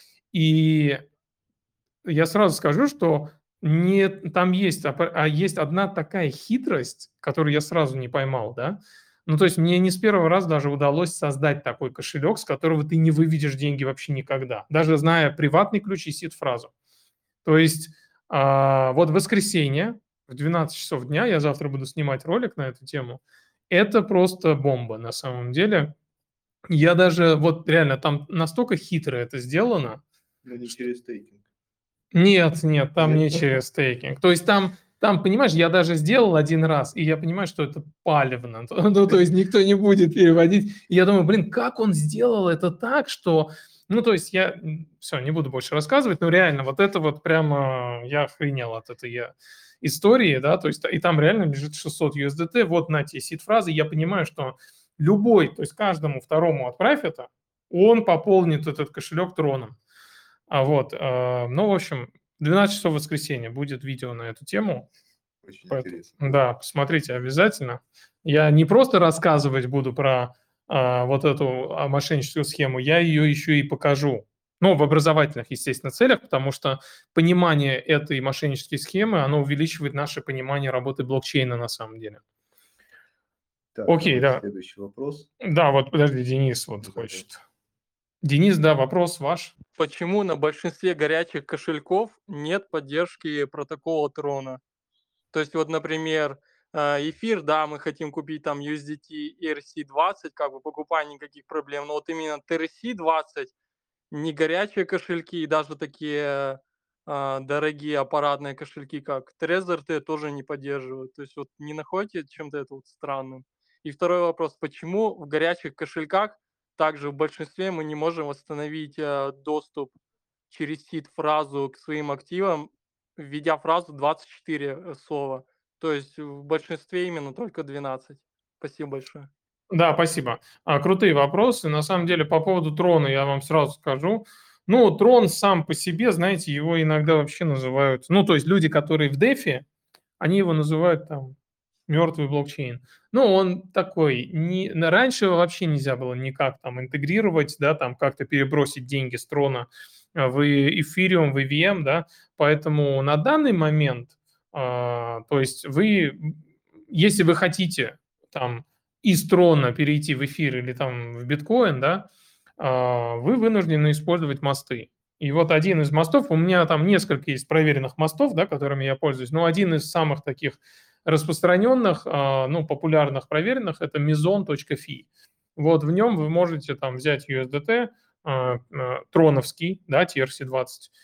И я сразу скажу, что нет, там есть, есть одна такая хитрость, которую я сразу не поймал, да. Ну, то есть мне не с первого раза даже удалось создать такой кошелек, с которого ты не выведешь деньги вообще никогда, даже зная приватный ключ и сид-фразу. То есть вот в воскресенье в 12 часов дня, я завтра буду снимать ролик на эту тему, это просто бомба на самом деле. Я даже, вот реально, там настолько хитро это сделано. Но не через стейкинг. Нет, нет, там Нет? не через стейкинг. То есть там, понимаешь, я даже сделал один раз, и я понимаю, что это палевно. Ну, то есть никто не будет переводить. И я думаю, блин, как он сделал это так, что... Ну, то есть я... Все, не буду больше рассказывать, но реально вот это вот прямо... Я охренел от этой истории, да, то есть и там реально лежит 600 USDT, вот на те сид-фразы, я понимаю, что любой, то есть каждому второму отправь это, он пополнит этот кошелек троном. Ну, в общем, 12 часов воскресенья будет видео на эту тему. Очень Поэтому, интересно. да, посмотрите обязательно. Я не просто рассказывать буду про вот эту мошенническую схему, я ее еще и покажу. Ну, в образовательных, естественно, целях, потому что понимание этой мошеннической схемы, оно увеличивает наше понимание работы блокчейна на самом деле. Так, Окей, давай да. следующий вопрос. Да, вот, подожди, Денис вот Да-да. хочет. Денис, да, вопрос ваш. Почему на большинстве горячих кошельков нет поддержки протокола Трона? То есть вот, например, эфир, да, мы хотим купить там USDT ERC-20, как бы покупай, никаких проблем, но вот именно TRC-20, не горячие кошельки, и даже такие дорогие аппаратные кошельки, как Trezor, тоже не поддерживают. То есть вот не находите чем-то это вот странным? И второй вопрос, почему в горячих кошельках также в большинстве мы не можем восстановить доступ через сид-фразу к своим активам, введя фразу 24 слова? То есть в большинстве именно только 12. Спасибо большое. Да, спасибо. Крутые вопросы. На самом деле, по поводу трона я вам сразу скажу. Ну, трон сам по себе, знаете, его иногда вообще называют... Ну, то есть люди, которые в дефе, они его называют там мертвый блокчейн. Ну, он такой, раньше его вообще нельзя было никак там интегрировать, да, там как-то перебросить деньги с трона в эфириум, в EVM, да, поэтому на данный момент, то есть вы, если вы хотите там из трона перейти в эфир или там в биткоин, да, вы вынуждены использовать мосты. И вот один из мостов, у меня там несколько есть проверенных мостов, да, которыми я пользуюсь, но один из самых таких распространенных, ну, популярных, проверенных, это Meson.fi. Вот в нем вы можете там взять USDT, троновский, да, TRC-20,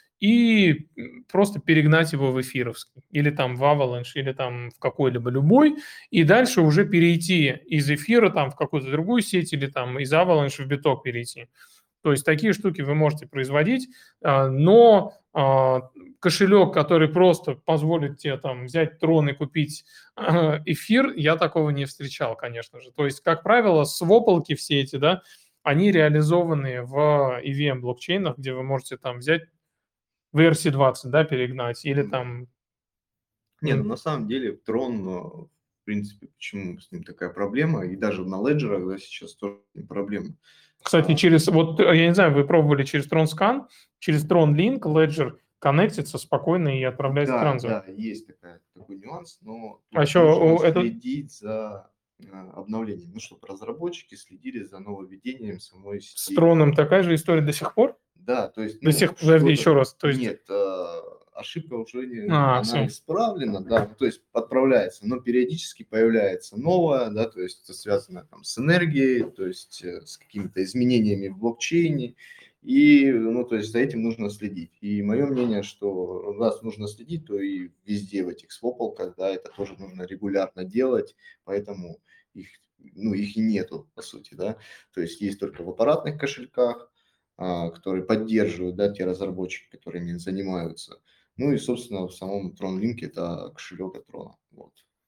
и просто перегнать его в эфировский, или там в Avalanche, или там в какой-либо любой, и дальше уже перейти из эфира там в какую-то другую сеть, или там из Avalanche в биток перейти. То есть такие штуки вы можете производить, но кошелек, который просто позволит тебе там взять трон и купить эфир, я такого не встречал, конечно же. То есть, как правило, свополки все эти, да, они реализованы в EVM блокчейнах, где вы можете там взять в ERC-20, да, перегнать, или там... Не, ну на самом деле трон, в принципе, почему с ним такая проблема, и даже на леджерах, да, сейчас тоже проблема. Кстати, через, вот, я не знаю, вы пробовали через TronScan, через TronLink Ledger коннектиться спокойно и отправлять Да, транзы. да, есть такой нюанс, но А тут еще нужно это... следить за обновлением, ну, чтобы разработчики следили за нововведением самой С сети. Троном такая же история до сих пор? Да, то есть, До сих, подожди, еще раз. То есть... Нет, ошибка уже она всё. исправлена, да, то есть отправляется, но периодически появляется новая, да, то есть это связано там с энергией, то есть с какими-то изменениями в блокчейне, и, ну, то есть за этим нужно следить. И мое мнение, что раз нужно следить, то и везде в этих свополках, да, это тоже нужно регулярно делать, поэтому их, ну, их и нету, по сути, да, то есть есть только в аппаратных кошельках, которые поддерживают, да, те разработчики, которые ими занимаются. Ну и, собственно, в самом TronLink это кошелек от Трона. Вот.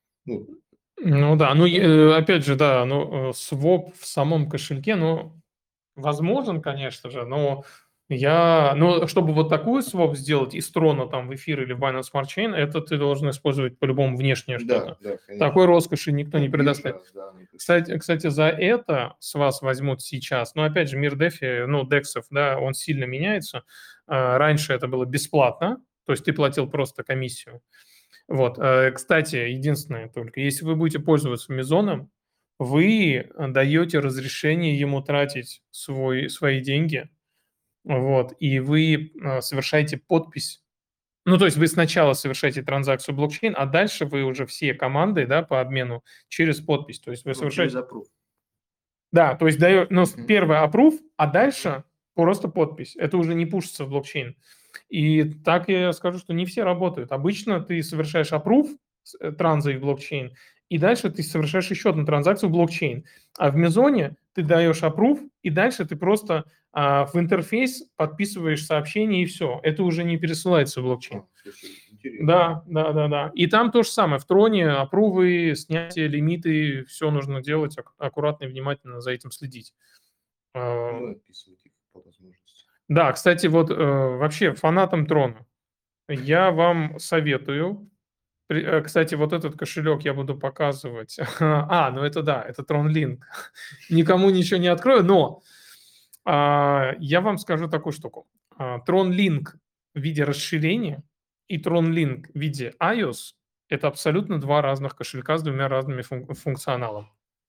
Ну да, ну опять же, да, ну своп в самом кошельке, ну, возможен, конечно же, но ну, чтобы вот такую своп сделать из трона там в эфир или в Binance Smart Chain, это ты должен использовать по-любому внешнее что-то. Да, конечно. Такой роскоши никто не Биржа, предоставит. да, Кстати, за это с вас возьмут сейчас, но опять же, мир дефи, ну, дексов, да, он сильно меняется. Раньше это было бесплатно, то есть ты платил просто комиссию. Вот, кстати, единственное только, если вы будете пользоваться Мезоном, вы даете разрешение ему тратить свои деньги, вот, и вы совершаете подпись. Ну, то есть вы сначала совершаете транзакцию блокчейн, а дальше вы уже все команды, да, по обмену через подпись. То есть вы совершаете... через approve. Да, то есть дает, ну, Мгм. первый approve, а дальше просто подпись. Это уже не пушится в блокчейн. И так я скажу, что не все работают. Обычно ты совершаешь approve транза в блокчейн, и дальше ты совершаешь еще одну транзакцию в блокчейн. А в Мезоне ты даешь approve, и дальше ты просто в интерфейс подписываешь сообщение, и все. Это уже не пересылается в блокчейн. Слушай, интересно. Да. И там то же самое. В Троне апрувы, снятие, лимиты, все нужно делать аккуратно и внимательно за этим следить. Ну, отписывать их по возможности. Да, кстати, вот вообще фанатам Трона я вам советую. Кстати, вот этот кошелек я буду показывать. Ну это да, это TronLink. Никому ничего не открою, но я вам скажу такую штуку. TronLink в виде расширения и TronLink в виде iOS – это абсолютно два разных кошелька с двумя разными функционалами.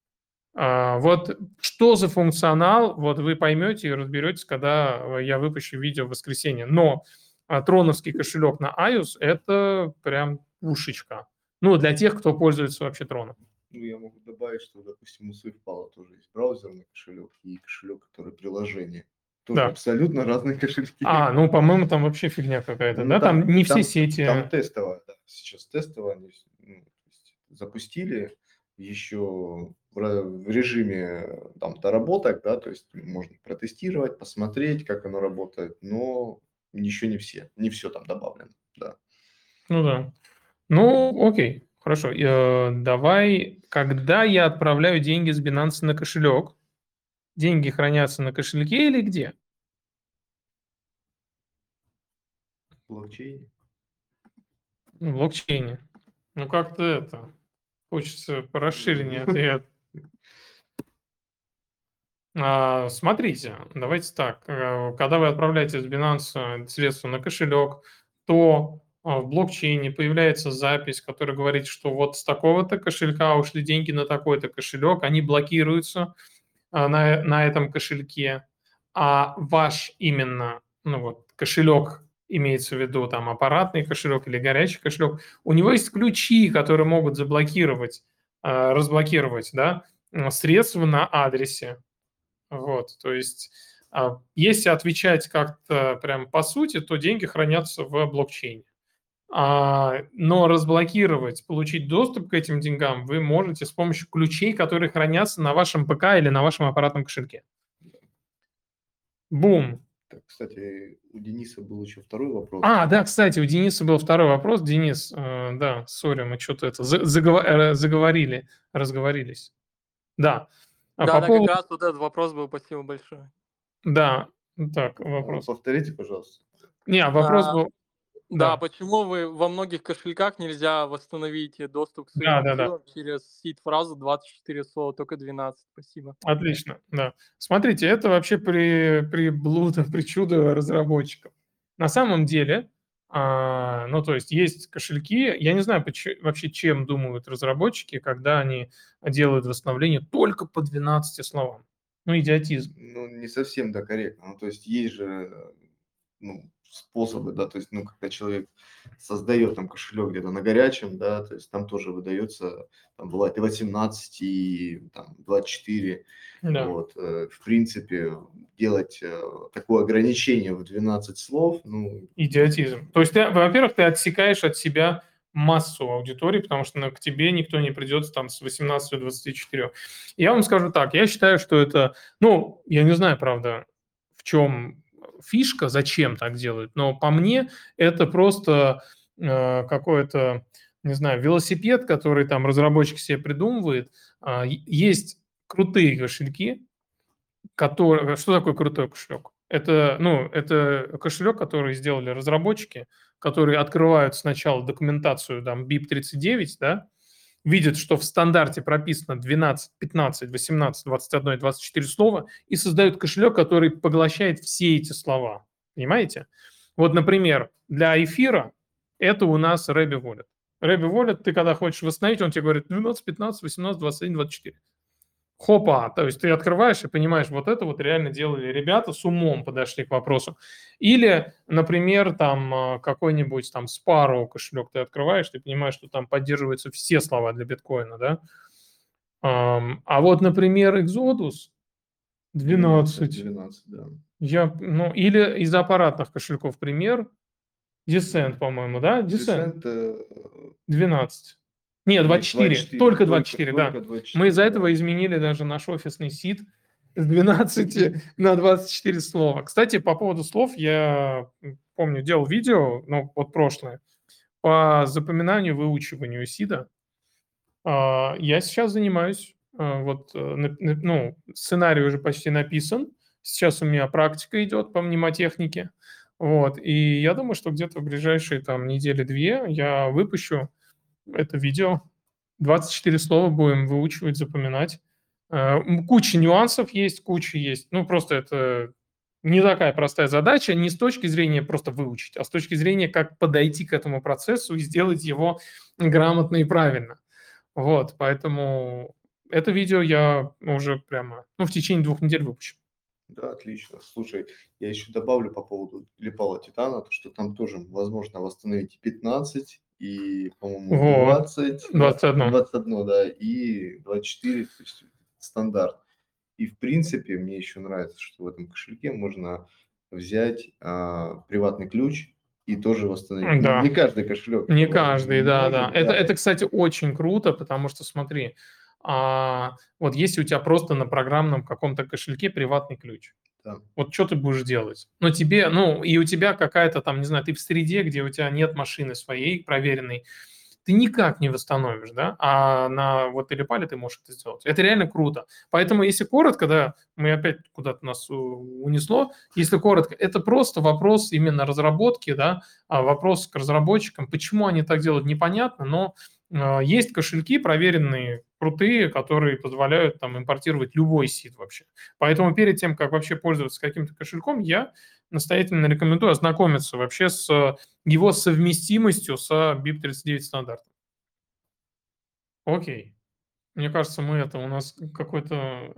Вот что за функционал, вот вы поймете и разберетесь, когда я выпущу видео в воскресенье. Но троновский кошелек на iOS – это прям пушечка. Ну, для тех, кто пользуется вообще троном. Ну, я могу добавить, что, допустим, у SwiftPal тоже есть браузерный кошелек и кошелек, который приложение. Тоже Да. абсолютно разные кошельки. Ну, по-моему, там вообще фигня какая-то, Ну, да? Там не все сети. Там тестовая, да. Сейчас тестовая они то есть запустили еще в режиме там доработок, да, то есть можно протестировать, посмотреть, как оно работает, но еще не все там добавлено, да. Ну да. Ну, окей, хорошо. Давай, когда я отправляю деньги с Binance на кошелек, деньги хранятся на кошельке или где? Блокчейн. В блокчейне. Ну, как-то это... Хочется порасширеннее ответ. Смотрите, давайте так. Когда вы отправляете с Binance средства на кошелек, то в блокчейне появляется запись, которая говорит, что вот с такого-то кошелька ушли деньги на такой-то кошелек, они блокируются на этом кошельке, а ваш именно кошелек, имеется в виду там аппаратный кошелек или горячий кошелек, у него есть ключи, которые могут заблокировать, разблокировать, да, средства на адресе. Вот, то есть, если отвечать как-то прям по сути, то деньги хранятся в блокчейне. Но разблокировать, получить доступ к этим деньгам вы можете с помощью ключей, которые хранятся на вашем ПК или на вашем аппаратном кошельке. Бум. Так, кстати, у Дениса был еще второй вопрос. Да, кстати, у Дениса был второй вопрос. Денис, да, сори, мы что-то это заговорили, разговорились. Да. Да, как раз вот этот вопрос был, спасибо большое. Да, так, вопрос. Повторите, пожалуйста. Не, вопрос был... Да, почему во многих кошельках нельзя восстановить доступ к своим активам через сид-фразу 24 слова, только 12? Спасибо. Отлично, да. Смотрите, это вообще причуда разработчиков. На самом деле, то есть кошельки, я не знаю вообще, чем думают разработчики, когда они делают восстановление только по 12 словам. Идиотизм. Не совсем, да, корректно. То есть есть же способы, да, то есть, когда человек создает там кошелек где-то на горячем, да, то есть там тоже выдается, там бывает и 18, и там 24, Да. Вот, в принципе, делать такое ограничение в 12 слов, Идиотизм. То есть, во-первых, ты отсекаешь от себя массу аудитории, потому что к тебе никто не придет там с 18 до 24. Я вам скажу так, я считаю, что это, я не знаю, правда, в чем фишка, зачем так делают, но по мне это просто какой-то, не знаю, велосипед, который там разработчик себе придумывает. Есть крутые кошельки, Что такое крутой кошелек? Это кошелек, который сделали разработчики, которые открывают сначала документацию там BIP39, да, видят, что в стандарте прописано 12, 15, 18, 21 и 24 слова, и создают кошелек, который поглощает все эти слова. Понимаете? Вот, например, для эфира это у нас Рэби Wallet. Рэби Wallet, ты когда хочешь восстановить, он тебе говорит 12, 15, 18, 21, 24. Хопа, то есть ты открываешь и понимаешь, вот это вот реально делали ребята, с умом подошли к вопросу. Или, например, там какой-нибудь там Sparrow кошелек ты открываешь, ты понимаешь, что там поддерживаются все слова для биткоина, да? А вот, например, Exodus 12. 12, да. Или из аппаратных кошельков пример, Descent, по-моему, да? Descent 12. Нет, 24. Только 24, да. 24, Мы из-за этого изменили даже наш офисный сид с 12 на 24 слова. Кстати, по поводу слов, я помню, делал видео, прошлое, по запоминанию, выучиванию сида. Я сейчас занимаюсь, сценарий уже почти написан. Сейчас у меня практика идет по мнемотехнике. И я думаю, что где-то в ближайшие там недели-две я выпущу это видео. 24 слова будем выучивать, запоминать. Куча нюансов есть, куча есть. Просто это не такая простая задача, не с точки зрения просто выучить, а с точки зрения, как подойти к этому процессу и сделать его грамотно и правильно. Поэтому это видео я уже прямо в течение 2 недель выпущу. Да, отлично. Слушай, я еще добавлю по поводу Липала Титана, то, что там тоже возможно восстановить 15, и, по-моему, Вот, 20, 21. 21, да, и 24, то есть стандарт. И, в принципе, мне еще нравится, что в этом кошельке можно взять приватный ключ и тоже восстановить. Не Да, каждый кошелек не каждый, да. может, Это, кстати, очень круто, потому что, смотри, вот если у тебя просто на программном каком-то кошельке приватный ключ, да. вот что ты будешь делать? Ну, и у тебя какая-то там, не знаю, ты в среде, где у тебя нет машины своей проверенной, ты никак не восстановишь, да, а на вот Элипале ты можешь это сделать. Это реально круто. Поэтому, если коротко, да, мы опять куда-то нас унесло, если коротко, это просто вопрос именно разработки, да, вопрос к разработчикам, почему они так делают, непонятно, но есть кошельки проверенные, крутые, которые позволяют там импортировать любой сид вообще. Поэтому перед тем, как вообще пользоваться каким-то кошельком, я настоятельно рекомендую ознакомиться вообще с его совместимостью с BIP39 стандартом. Окей. Мне кажется, у нас какой-то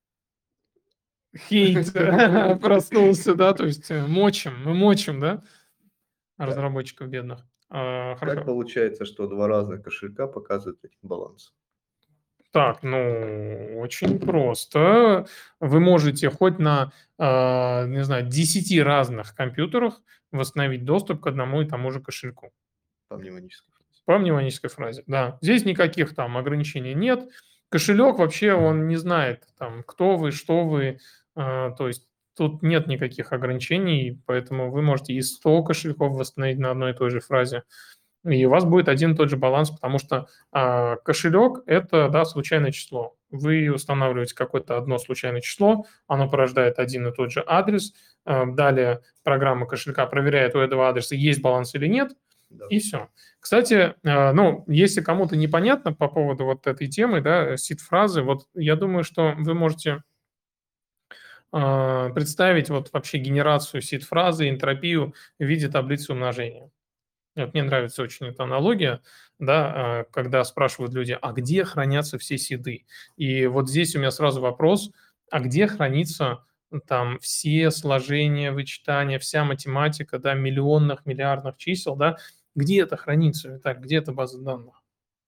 хейт проснулся, да, то есть мы мочим, да, разработчиков бедных. Как Хорошо. получается, что два разных кошелька показывают один баланс? Так, ну, очень просто. Вы можете хоть на, не знаю, 10 разных компьютерах восстановить доступ к одному и тому же кошельку. По мнемонической фразе. По мнемонической фразе, да. Здесь никаких там ограничений нет. Кошелек вообще, он не знает, там, кто вы, что вы. То есть тут нет никаких ограничений, поэтому вы можете и 100 кошельков восстановить на одной и той же фразе. И у вас будет один и тот же баланс, потому что кошелек – это, да, случайное число. Вы устанавливаете какое-то одно случайное число, оно порождает один и тот же адрес. Далее программа кошелька проверяет, у этого адреса есть баланс или нет, Да. и все. Кстати, ну, если кому-то непонятно по поводу вот этой темы, да, сид-фразы, вот я думаю, что вы можете представить вот вообще генерацию сид-фразы, энтропию в виде таблицы умножения. Вот мне нравится очень эта аналогия, да, когда спрашивают люди, а где хранятся все сиды? И вот здесь у меня сразу вопрос, а где хранится там все сложения, вычитания, вся математика, да, миллионных, миллиардных чисел, да, где это хранится, Виталий, где эта база данных?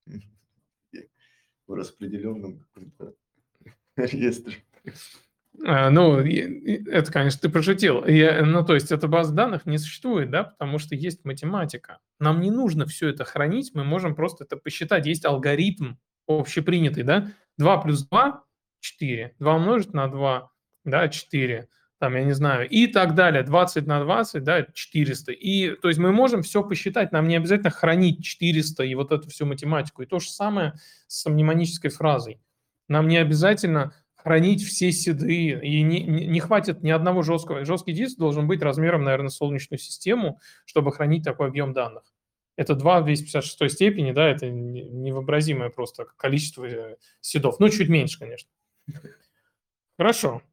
В распределенном каком-то реестре. Ну, это, конечно, ты пошутил. Ну, то есть, эта база данных не существует, да, потому что есть математика. Нам не нужно все это хранить, мы можем просто это посчитать. Есть алгоритм общепринятый, да, 2 плюс 2 – 4, 2 умножить на 2, да, 4, там, я не знаю, и так далее, 20 на 20, да, 400. И, то есть, мы можем все посчитать, нам не обязательно хранить 400 и вот эту всю математику. И то же самое с мнемонической фразой. Нам не обязательно хранить все седы, и не хватит ни одного жесткого. Жесткий диск должен быть размером, наверное, Солнечную систему, чтобы хранить такой объем данных. Это 2 в 256 степени, да, это невообразимое просто количество седов. Ну, чуть меньше, конечно. Хорошо.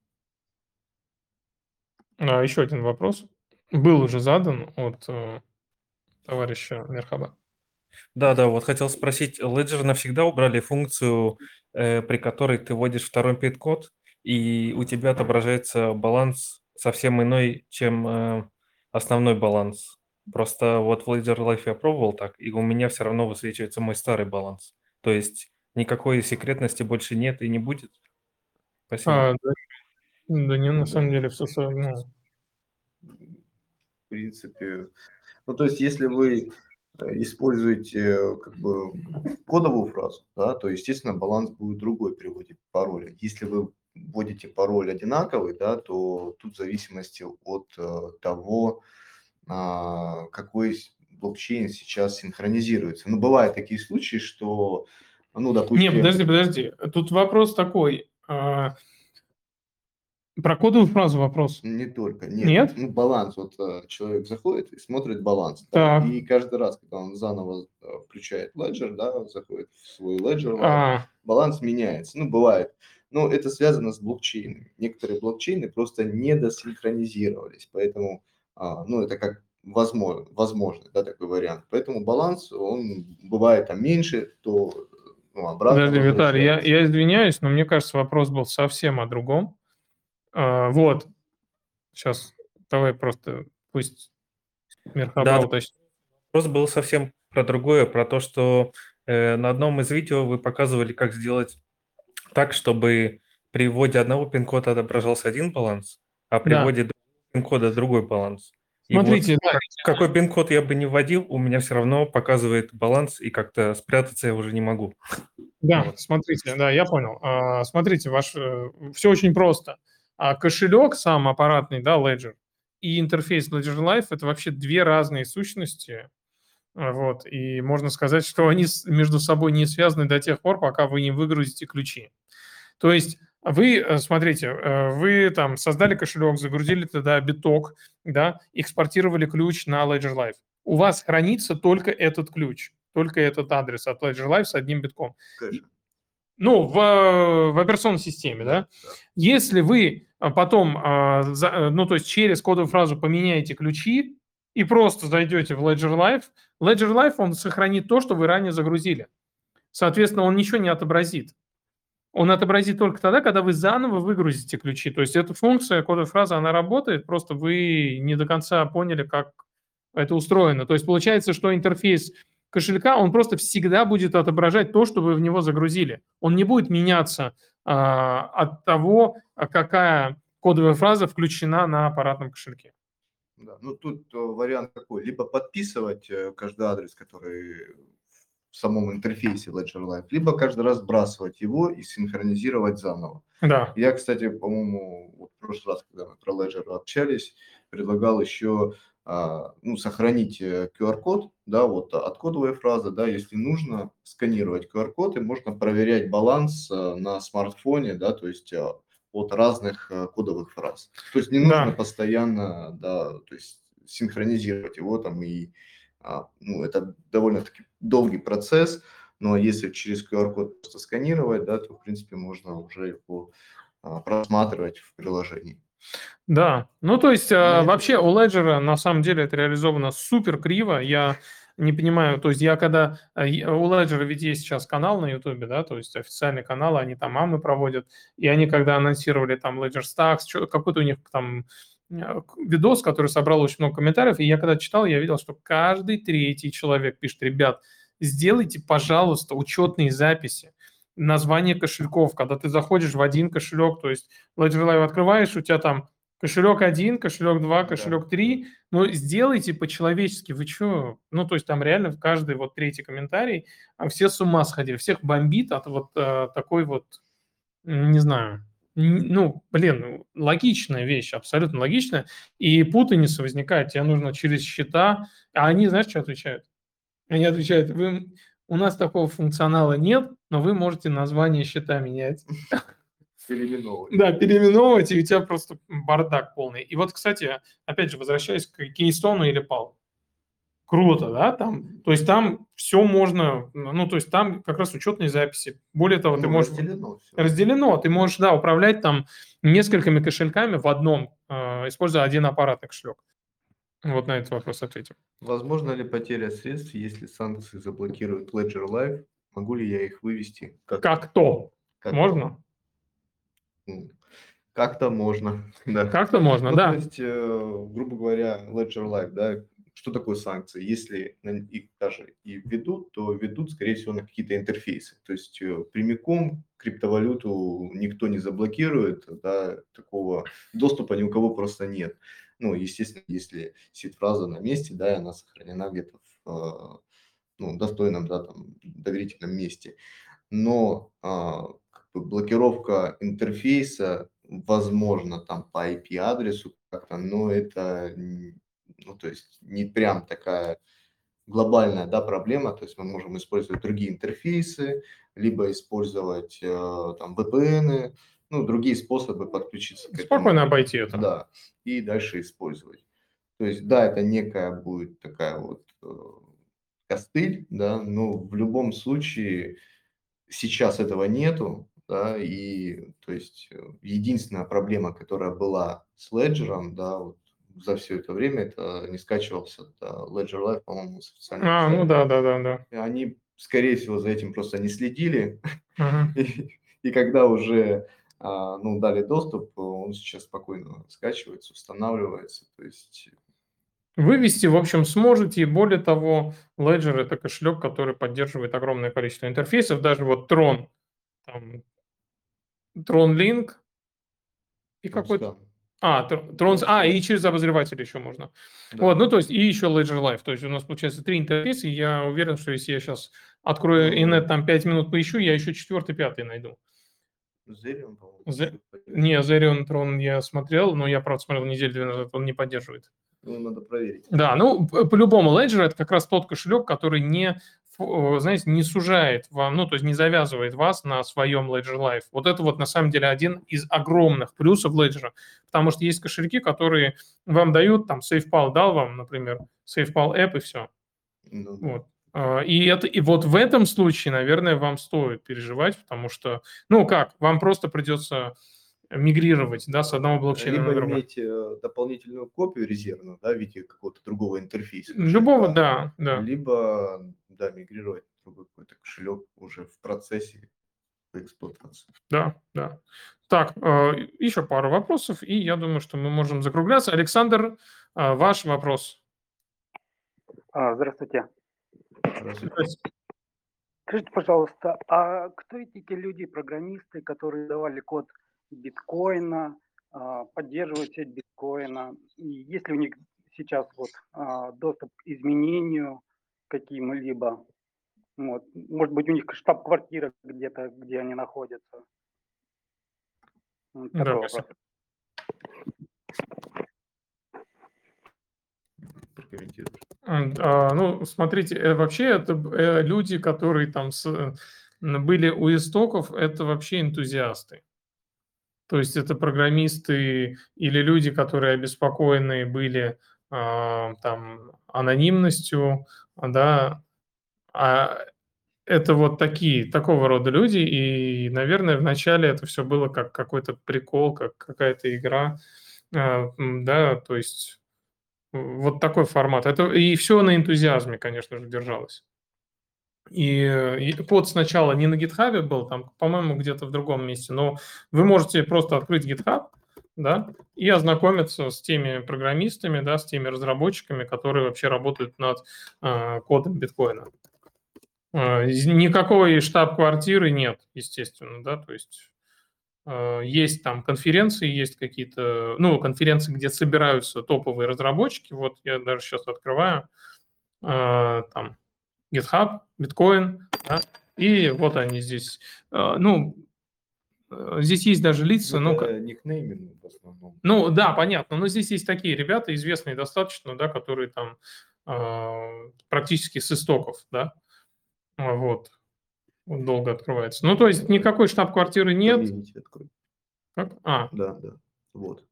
Еще один вопрос. Был уже задан от товарища Мерхаба. Да, вот хотел спросить, Ledger навсегда убрали функцию, при которой ты вводишь второй пин-код, и у тебя отображается баланс совсем иной, чем основной баланс. Просто вот в Ledger Life я пробовал так, и у меня все равно высвечивается мой старый баланс. То есть никакой секретности больше нет и не будет. Спасибо. Да не, на Да. самом деле все... Ну, В принципе, ну, то есть, если вы используете как бы кодовую фразу, да, то, естественно, баланс будет другой при вводе пароля. Если вы вводите пароль одинаковый, да, то тут в зависимости от того, какой блокчейн сейчас синхронизируется. Но бывают такие случаи, что, ну, Не, допустим... подожди. Тут вопрос такой. Про кодовую фразу вопрос. Не только, нет. Нет? Ну, баланс. Вот человек заходит и смотрит баланс. Да, Так. и каждый раз, когда он заново включает Ledger, да, заходит в свой Ledger, баланс меняется. Ну, бывает. Но это связано с блокчейнами. Некоторые блокчейны просто недосинхронизировались. Поэтому, ну, это как возможный, да, такой вариант. Поэтому баланс, он бывает там меньше, то обратно Подожди, Виталий, возвращается. я извиняюсь, но мне кажется, вопрос был совсем о другом. Вот. Сейчас давай просто пусть Мерхаба Да, уточнит. вопрос был совсем про другое, про то, что на одном из видео вы показывали, как сделать так, чтобы при вводе одного пин-кода отображался один баланс, а при Да. вводе другого пин-кода другой баланс. И вот Смотрите, да, какой пин-код я бы не вводил, у меня все равно показывает баланс, и как-то спрятаться я уже не могу. да, Вот. смотрите, да, я понял. Смотрите, все очень просто. Кошелек сам аппаратный, да, Ledger, и интерфейс Ledger Live — это вообще две разные сущности. Вот, и можно сказать, что они между собой не связаны до тех пор, пока вы не выгрузите ключи. То есть вы, смотрите, вы там создали кошелек, загрузили туда биток, да, экспортировали ключ на Ledger Live. У вас хранится только этот ключ, только этот адрес от Ledger Live с одним битком. Кэш. Ну, в операционной системе, да. Да. Если вы потом, ну, то есть через кодовую фразу поменяете ключи и просто зайдете в Ledger Live, он сохранит то, что вы ранее загрузили. Соответственно, он ничего не отобразит. Он отобразит только тогда, когда вы заново выгрузите ключи. То есть эта функция кодовой фразы, она работает, просто вы не до конца поняли, как это устроено. То есть получается, что интерфейс кошелька, он просто всегда будет отображать то, что вы в него загрузили. Он не будет меняться от того, какая кодовая фраза включена на аппаратном кошельке. Да. Ну, тут вариант какой? Либо подписывать каждый адрес, который в самом интерфейсе Ledger Live, либо каждый раз сбрасывать его и синхронизировать заново. Да. Я, кстати, по-моему, вот в прошлый раз, когда мы про Ledger общались, предлагал еще ну, сохранить QR-код, да, вот от кодовой фразы, да, если нужно сканировать QR-код, и можно проверять баланс на смартфоне, да, то есть от разных кодовых фраз. То есть не нужно Да. постоянно, да, то есть синхронизировать его там и ну, это довольно-таки долгий процесс, но если через QR-код просто сканировать, да, то, в принципе, можно уже его просматривать в приложении. Да, ну то есть это- вообще у Ledger на самом деле это реализовано супер криво. Я не понимаю, то есть я когда... У Ledger ведь есть сейчас канал на YouTube, да, то есть официальный канал, они там мамы проводят, и они когда анонсировали там Ledger Stacks, какой-то у них там видос, который собрал очень много комментариев, и я когда читал, я видел, что каждый третий человек пишет: ребят, сделайте, пожалуйста, учетные записи, название кошельков, когда ты заходишь в один кошелек, то есть Ledger Live открываешь, у тебя там кошелек 1, кошелек 2, кошелек 3. Ну, сделайте по-человечески. Вы что? Ну, то есть там реально в каждый вот третий комментарий все с ума сходили. Всех бомбит от вот такой вот, не знаю, ну, блин, логичная вещь, абсолютно логичная. И путаница возникает. Тебе нужно через счета. А они, знаешь, что отвечают? Они отвечают: у нас такого функционала нет, но вы можете название счета менять. Переименовывать. Да, переименовывать, и у тебя просто бардак полный. И вот, кстати, опять же, возвращаясь к Кейстону или Пал. Круто, да, там? То есть там все можно, ну, то есть там как раз учетные записи. Более того, ты Ну, можешь... разделено всё. Разделено, ты можешь, да, управлять там несколькими кошельками в одном, используя один аппаратный кошелек. Вот на этот вопрос ответим. Возможно ли потеря средств, если санкции заблокируют Ledger Live? Могу ли я их вывести? Как-то. Как-то. Можно? Как-то можно, да. Как-то можно, Ну, да. то есть, грубо говоря, Ledger Live, да, что такое санкции? Если их даже и введут, то введут, скорее всего, на какие-то интерфейсы. То есть прямиком криптовалюту никто не заблокирует, да, такого доступа ни у кого просто нет. Ну, естественно, если сид-фраза на месте, да, и она сохранена где-то в ну, достойном, да, там, доверительном месте. Но как бы блокировка интерфейса, возможно, там по IP-адресу как-то, но это, ну, то есть не прям такая глобальная, да, проблема. То есть мы можем использовать другие интерфейсы, либо использовать там VPN, ну, другие способы подключиться к этому. Спокойно обойти это. Да, и дальше использовать. То есть, да, это некая будет такая вот костыль, да, но в любом случае сейчас этого нету, да, и то есть единственная проблема, которая была с Ledger, да, вот за все это время, это не скачивался Ledger Live, по-моему, с официального Ну сайта. да. И они, скорее всего, за этим просто не следили, Ага. и когда уже ну, дали доступ, он сейчас спокойно скачивается, устанавливается, то есть Вывести, в общем, сможете. И более того, Ledger – это кошелек, который поддерживает огромное количество интерфейсов. Даже вот Tron, там, Tron Link и какой-то... и через обозреватель еще можно. Да. Вот, ну, то есть, и еще Ledger Live. То есть, у нас, получается, 3 интерфейса, и я уверен, что если я сейчас открою инет, там 5 минут поищу, я еще 4-й, 5-й найду. Zerion, по-моему, Зе- поддерживает. Не, Zerion Tron я смотрел, но я, правда, смотрел неделю-две назад, он не поддерживает. Ну, надо проверить. Да, ну, по-любому Ledger – это как раз тот кошелек, который знаете, не сужает вам, ну, то есть не завязывает вас на своем Ledger Live. Вот это вот на самом деле один из огромных плюсов Ledger, потому что есть кошельки, которые вам дают, там, SafePal дал вам, например, SafePal App и все. Ну, Вот. И вот в этом случае, наверное, вам стоит переживать, потому что, ну как, вам просто придется мигрировать, да, с одного блокчейна либо на другой. иметь дополнительную копию резервную, да, в виде какого-то другого интерфейса Любого, кошелька, да. либо, да, мигрировать в другой какой-то кошелек уже в процессе эксплуатации. Да. Так, еще пару вопросов, и я думаю, что мы можем закругляться. Александр, ваш вопрос. Здравствуйте. Здравствуйте. Скажите, пожалуйста, а кто эти люди, программисты, которые давали код биткоина, поддерживают сеть биткоина? И есть ли у них сейчас вот доступ к изменению каким-либо? Вот. Может быть, у них штаб-квартира где-то, где они находятся? Вот Да, такой спасибо. вопрос. Прокомментируешь. Ну, смотрите, вообще это люди, которые там были у истоков, это вообще энтузиасты. То есть это программисты или люди, которые обеспокоены были там анонимностью, да, это вот такого рода люди, и, наверное, вначале это все было как какой-то прикол, как какая-то игра, да, то есть вот такой формат. И все на энтузиазме, конечно же, держалось. И код сначала не на GitHub был, там, по-моему, где-то в другом месте, но вы можете просто открыть GitHub, да, и ознакомиться с теми программистами, да, с теми разработчиками, которые вообще работают над кодом биткоина. Никакой штаб-квартиры нет, естественно, да, то есть есть там конференции, есть какие-то, ну, конференции, где собираются топовые разработчики, вот я даже сейчас открываю, там, GitHub, биткоин, да, и вот они здесь, здесь есть даже лица, Это никнейминг в основном. ну, да, понятно, но здесь есть такие ребята, известные достаточно, да, которые там практически с истоков, да, вот, долго открывается. Ну, то есть никакой штаб-квартиры нет. Комьюнити открой. Как? Да, вот.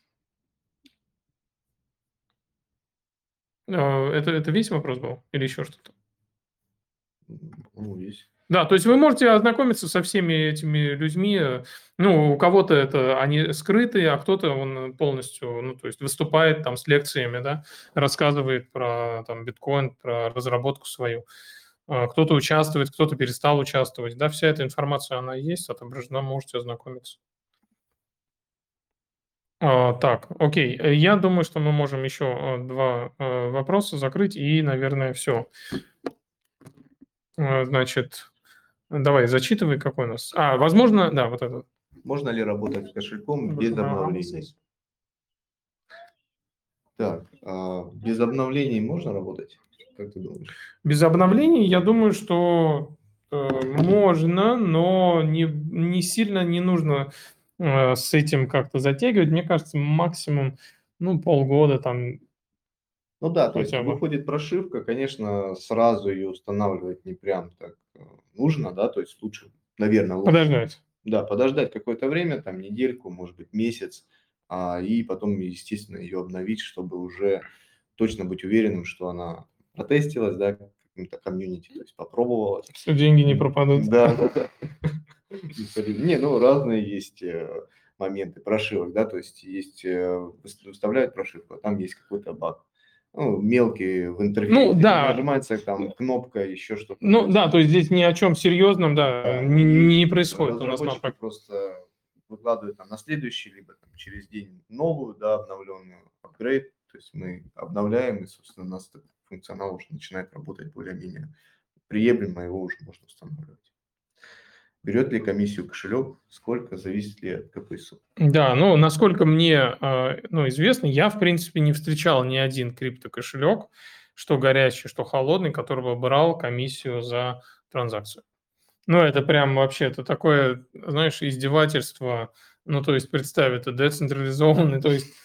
Это весь вопрос был или еще что-то? Ну, есть. Да, то есть вы можете ознакомиться со всеми этими людьми. Ну, у кого-то это они скрытые, а кто-то он полностью, ну, то есть выступает там с лекциями, да, рассказывает про там биткоин, про разработку свою. Кто-то участвует, кто-то перестал участвовать. Да, вся эта информация, она есть, отображена, можете ознакомиться. Так, окей. Я думаю, что мы можем еще два вопроса закрыть, и, наверное, все. Значит, давай, зачитывай, какой у нас. Возможно, да, вот этот. Можно ли работать с кошельком без обновлений? Так, без обновлений можно работать? Как ты думаешь? Без обновлений, я думаю, что можно, но не сильно не нужно с этим как-то затягивать. Мне кажется, максимум, ну, полгода там. Ну да, то есть Хотя бы. выходит прошивка, конечно, сразу ее устанавливать не прям так нужно, да, то есть лучше, наверное, лучше. Подождать. Да, подождать какое-то время, там недельку, может быть, месяц, и потом, естественно, ее обновить, чтобы уже точно быть уверенным, что она протестилась, да, каким-то комьюнити, то есть попробовалась. Что деньги не пропадут. Да. Не, ну разные есть моменты прошивок, да, то есть выставляют прошивку, а там есть какой-то баг. Ну, мелкие в интерфейсе, Ну, да. нажимается там кнопка, еще что-то. Ну, да, то есть здесь ни о чем серьезном, да, не происходит у нас на Разработчики практике. просто выкладывают там на следующий, либо там, через день новую, да, обновленную, апгрейд, То есть мы обновляем, и, собственно, у нас этот функционал уже начинает работать более-менее приемлемо, его уже можно устанавливать. Берет ли комиссию кошелек, сколько, зависит ли от КПСУ? Да, ну, насколько мне известно, я, в принципе, не встречал ни один криптокошелек, что горячий, что холодный, который бы брал комиссию за транзакцию. Ну, это прям вообще, это такое, знаешь, издевательство. Ну, то есть, представь, это децентрализованный, то есть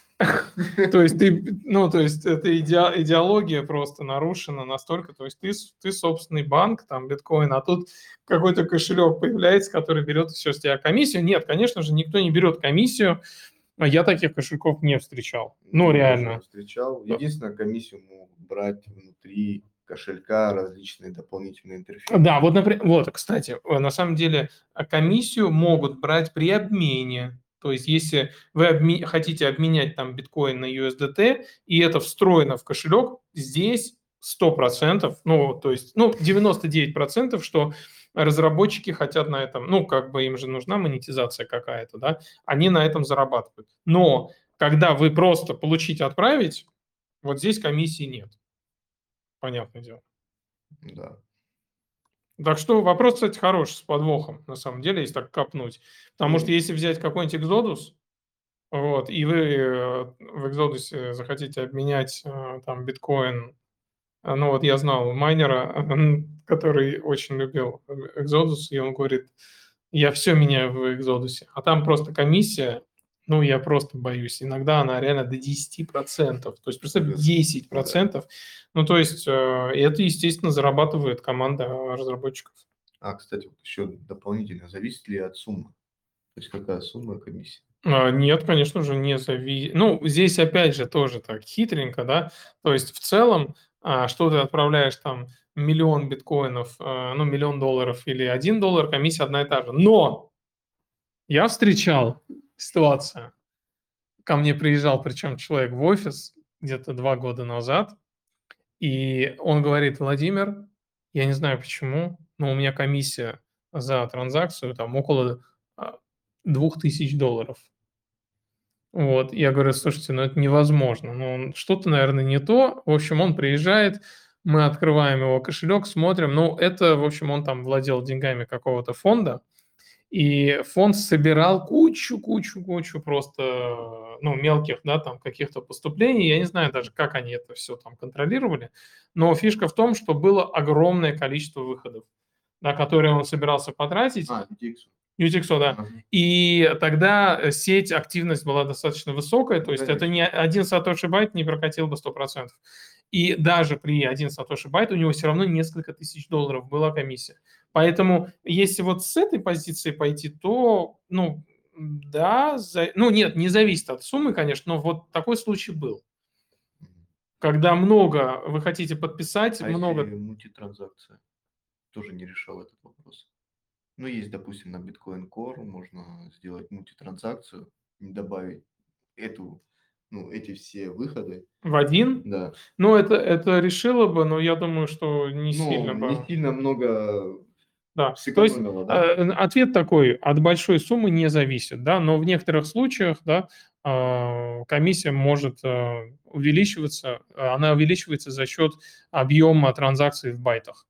ты, ну, то есть, это идеология просто нарушена настолько, то есть, ты собственный банк, там, биткоин, а тут какой-то кошелек появляется, который берет все с тебя комиссию. Нет, конечно же, никто не берет комиссию, я таких кошельков не встречал. Ну, Я тоже реально. встречал. Единственное, комиссию могут брать внутри кошелька различные дополнительные интерфейсы. Да, вот, например, вот, кстати, на самом деле комиссию могут брать при обмене. То есть, если вы хотите обменять там биткоин на USDT, и это встроено в кошелек, здесь 100%, ну, то есть, 99%, что разработчики хотят на этом, ну, как бы им же нужна монетизация какая-то, да, они на этом зарабатывают. Но когда вы просто получить, отправить, вот здесь комиссии нет. Понятное дело. Да. Так что вопрос, кстати, хороший, с подвохом, на самом деле, если так копнуть. Потому что если взять какой-нибудь Exodus, вот, и вы в Exodus захотите обменять там биткоин, ну вот я знал майнера, который очень любил Exodus, и он говорит, я все меняю в Exodus, а там просто комиссия, ну я просто боюсь, иногда она реально до 10%, то есть представь, 10%, ну то есть это, естественно, зарабатывает команда разработчиков. Кстати, вот еще дополнительно, зависит ли от суммы? То есть какая сумма комиссии? Нет, конечно же, не зависит. Ну, здесь опять же тоже так хитренько, да. То есть в целом, что ты отправляешь там миллион биткоинов, ну, миллион долларов или $1, комиссия одна и та же. Но я встречал ситуацию, ко мне приезжал причем человек в офис где-то 2 года назад, и он говорит, Владимир, я не знаю почему, но у меня комиссия за транзакцию там около $2000. Вот, я говорю, слушайте, ну это невозможно, ну что-то, наверное, не то. В общем, он приезжает, мы открываем его кошелек, смотрим, ну это, в общем, он там владел деньгами какого-то фонда, и фонд собирал кучу просто, ну, мелких, да, там, каких-то поступлений. Я не знаю даже, как они это все там контролировали, но фишка в том, что было огромное количество выходов, на которые он собирался потратить. UTX. UTXO, да. И тогда сеть, активность была достаточно высокая, то есть это не один сатоши байт не прокатил бы 100%. И даже при 1 сатоши байт у него все равно несколько тысяч долларов была комиссия. Поэтому если вот с этой позиции пойти, то, ну, да, ну нет, не зависит от суммы, конечно, но вот такой случай был. Когда много вы хотите подписать, много... Если мультитранзакция тоже не решал этот вопрос. Ну, есть, допустим, на Bitcoin Core можно сделать мультитранзакцию, добавить эти все выходы. В один? Да. Ну, это решило бы, но я думаю, что не сильно бы. Не сильно много Да, то есть сэкономило, да? ответ такой, от большой суммы не зависит, да, но в некоторых случаях, да, комиссия может увеличиваться, она увеличивается за счет объема транзакций в байтах.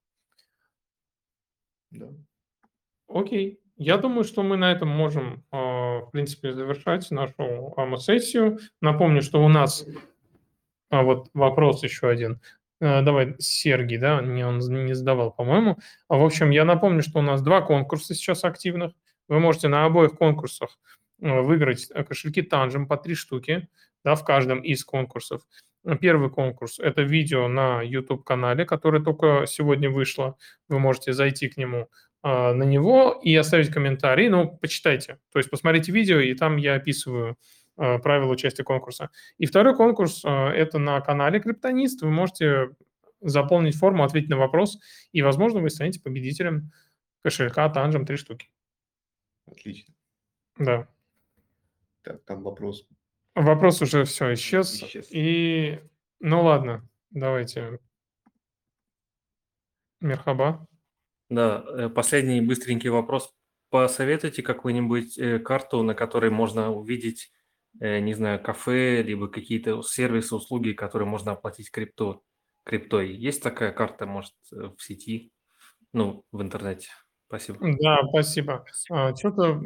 Да. Окей. Я думаю, что мы на этом можем, в принципе, завершать нашу сессию. Напомню, что у нас вот вопрос еще один. Давай, Сергей, да, он не задавал, по-моему. В общем, я напомню, что у нас 2 конкурса сейчас активных. Вы можете на обоих конкурсах выиграть кошельки Tangent по 3 штуки, да, в каждом из конкурсов. Первый конкурс – это видео на YouTube-канале, которое только сегодня вышло. Вы можете зайти к нему, на него и оставить комментарий. Ну, почитайте. То есть посмотрите видео, и там я описываю правила участия конкурса. И второй конкурс – это на канале Криптонист. Вы можете заполнить форму, ответить на вопрос, и, возможно, вы станете победителем кошелька Tangent 3 штуки. Отлично. Да. Так, там вопрос. Вопрос уже все исчез. И, ну ладно, давайте. Мерхаба. Да, последний быстренький вопрос. Посоветуйте какую-нибудь карту, на которой можно увидеть не знаю, кафе, либо какие-то сервисы, услуги, которые можно оплатить криптой. Есть такая карта, может, в сети, ну, в интернете? Спасибо. Да, спасибо. Что-то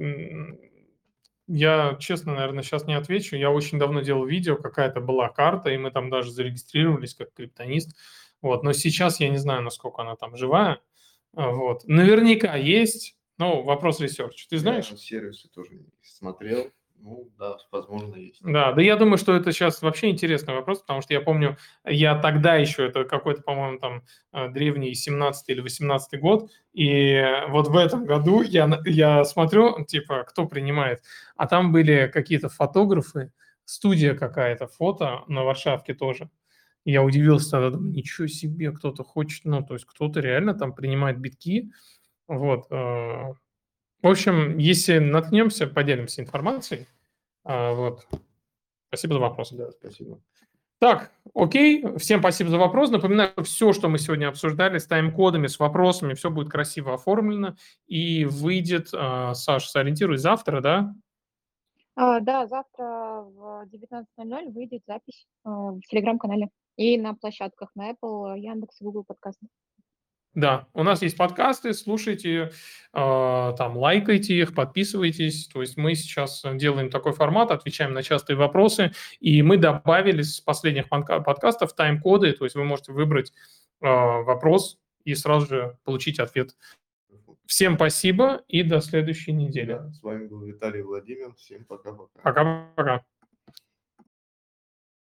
я, честно, наверное, сейчас не отвечу. Я очень давно делал видео, какая-то была карта, и мы там даже зарегистрировались как криптонист. Вот. Но сейчас я не знаю, насколько она там живая. Вот. Наверняка есть. Ну, вопрос ресерч. Ты знаешь? Я сервисы тоже не смотрел. Ну, да, возможно, есть. Да, да я думаю, что это сейчас вообще интересный вопрос, потому что я помню, я тогда еще, это какой-то, по-моему, там древний 17 или 18 год, и вот в этом году я смотрю, типа, кто принимает, а там были какие-то фотографы, студия какая-то, фото на Варшавке тоже. И я удивился тогда, думаю, ничего себе, кто-то хочет, ну, то есть кто-то реально там принимает битки, вот. В общем, если наткнемся, поделимся информацией, вот. Спасибо за вопрос. Да, спасибо. Так, окей, всем спасибо за вопрос. Напоминаю, все, что мы сегодня обсуждали, с тайм-кодами, с вопросами, все будет красиво оформлено и выйдет, Саш, сориентируй, завтра, да? Да, завтра в 19:00 выйдет запись в Телеграм-канале и на площадках на Apple, Яндекс, Google подкасты. Да, у нас есть подкасты, слушайте, там, лайкайте их, подписывайтесь. То есть мы сейчас делаем такой формат, отвечаем на частые вопросы, и мы добавили с последних подкастов тайм-коды, то есть вы можете выбрать вопрос и сразу же получить ответ. Всем спасибо и до следующей недели. Да, с вами был Виталий Владимир. Всем пока-пока. Пока.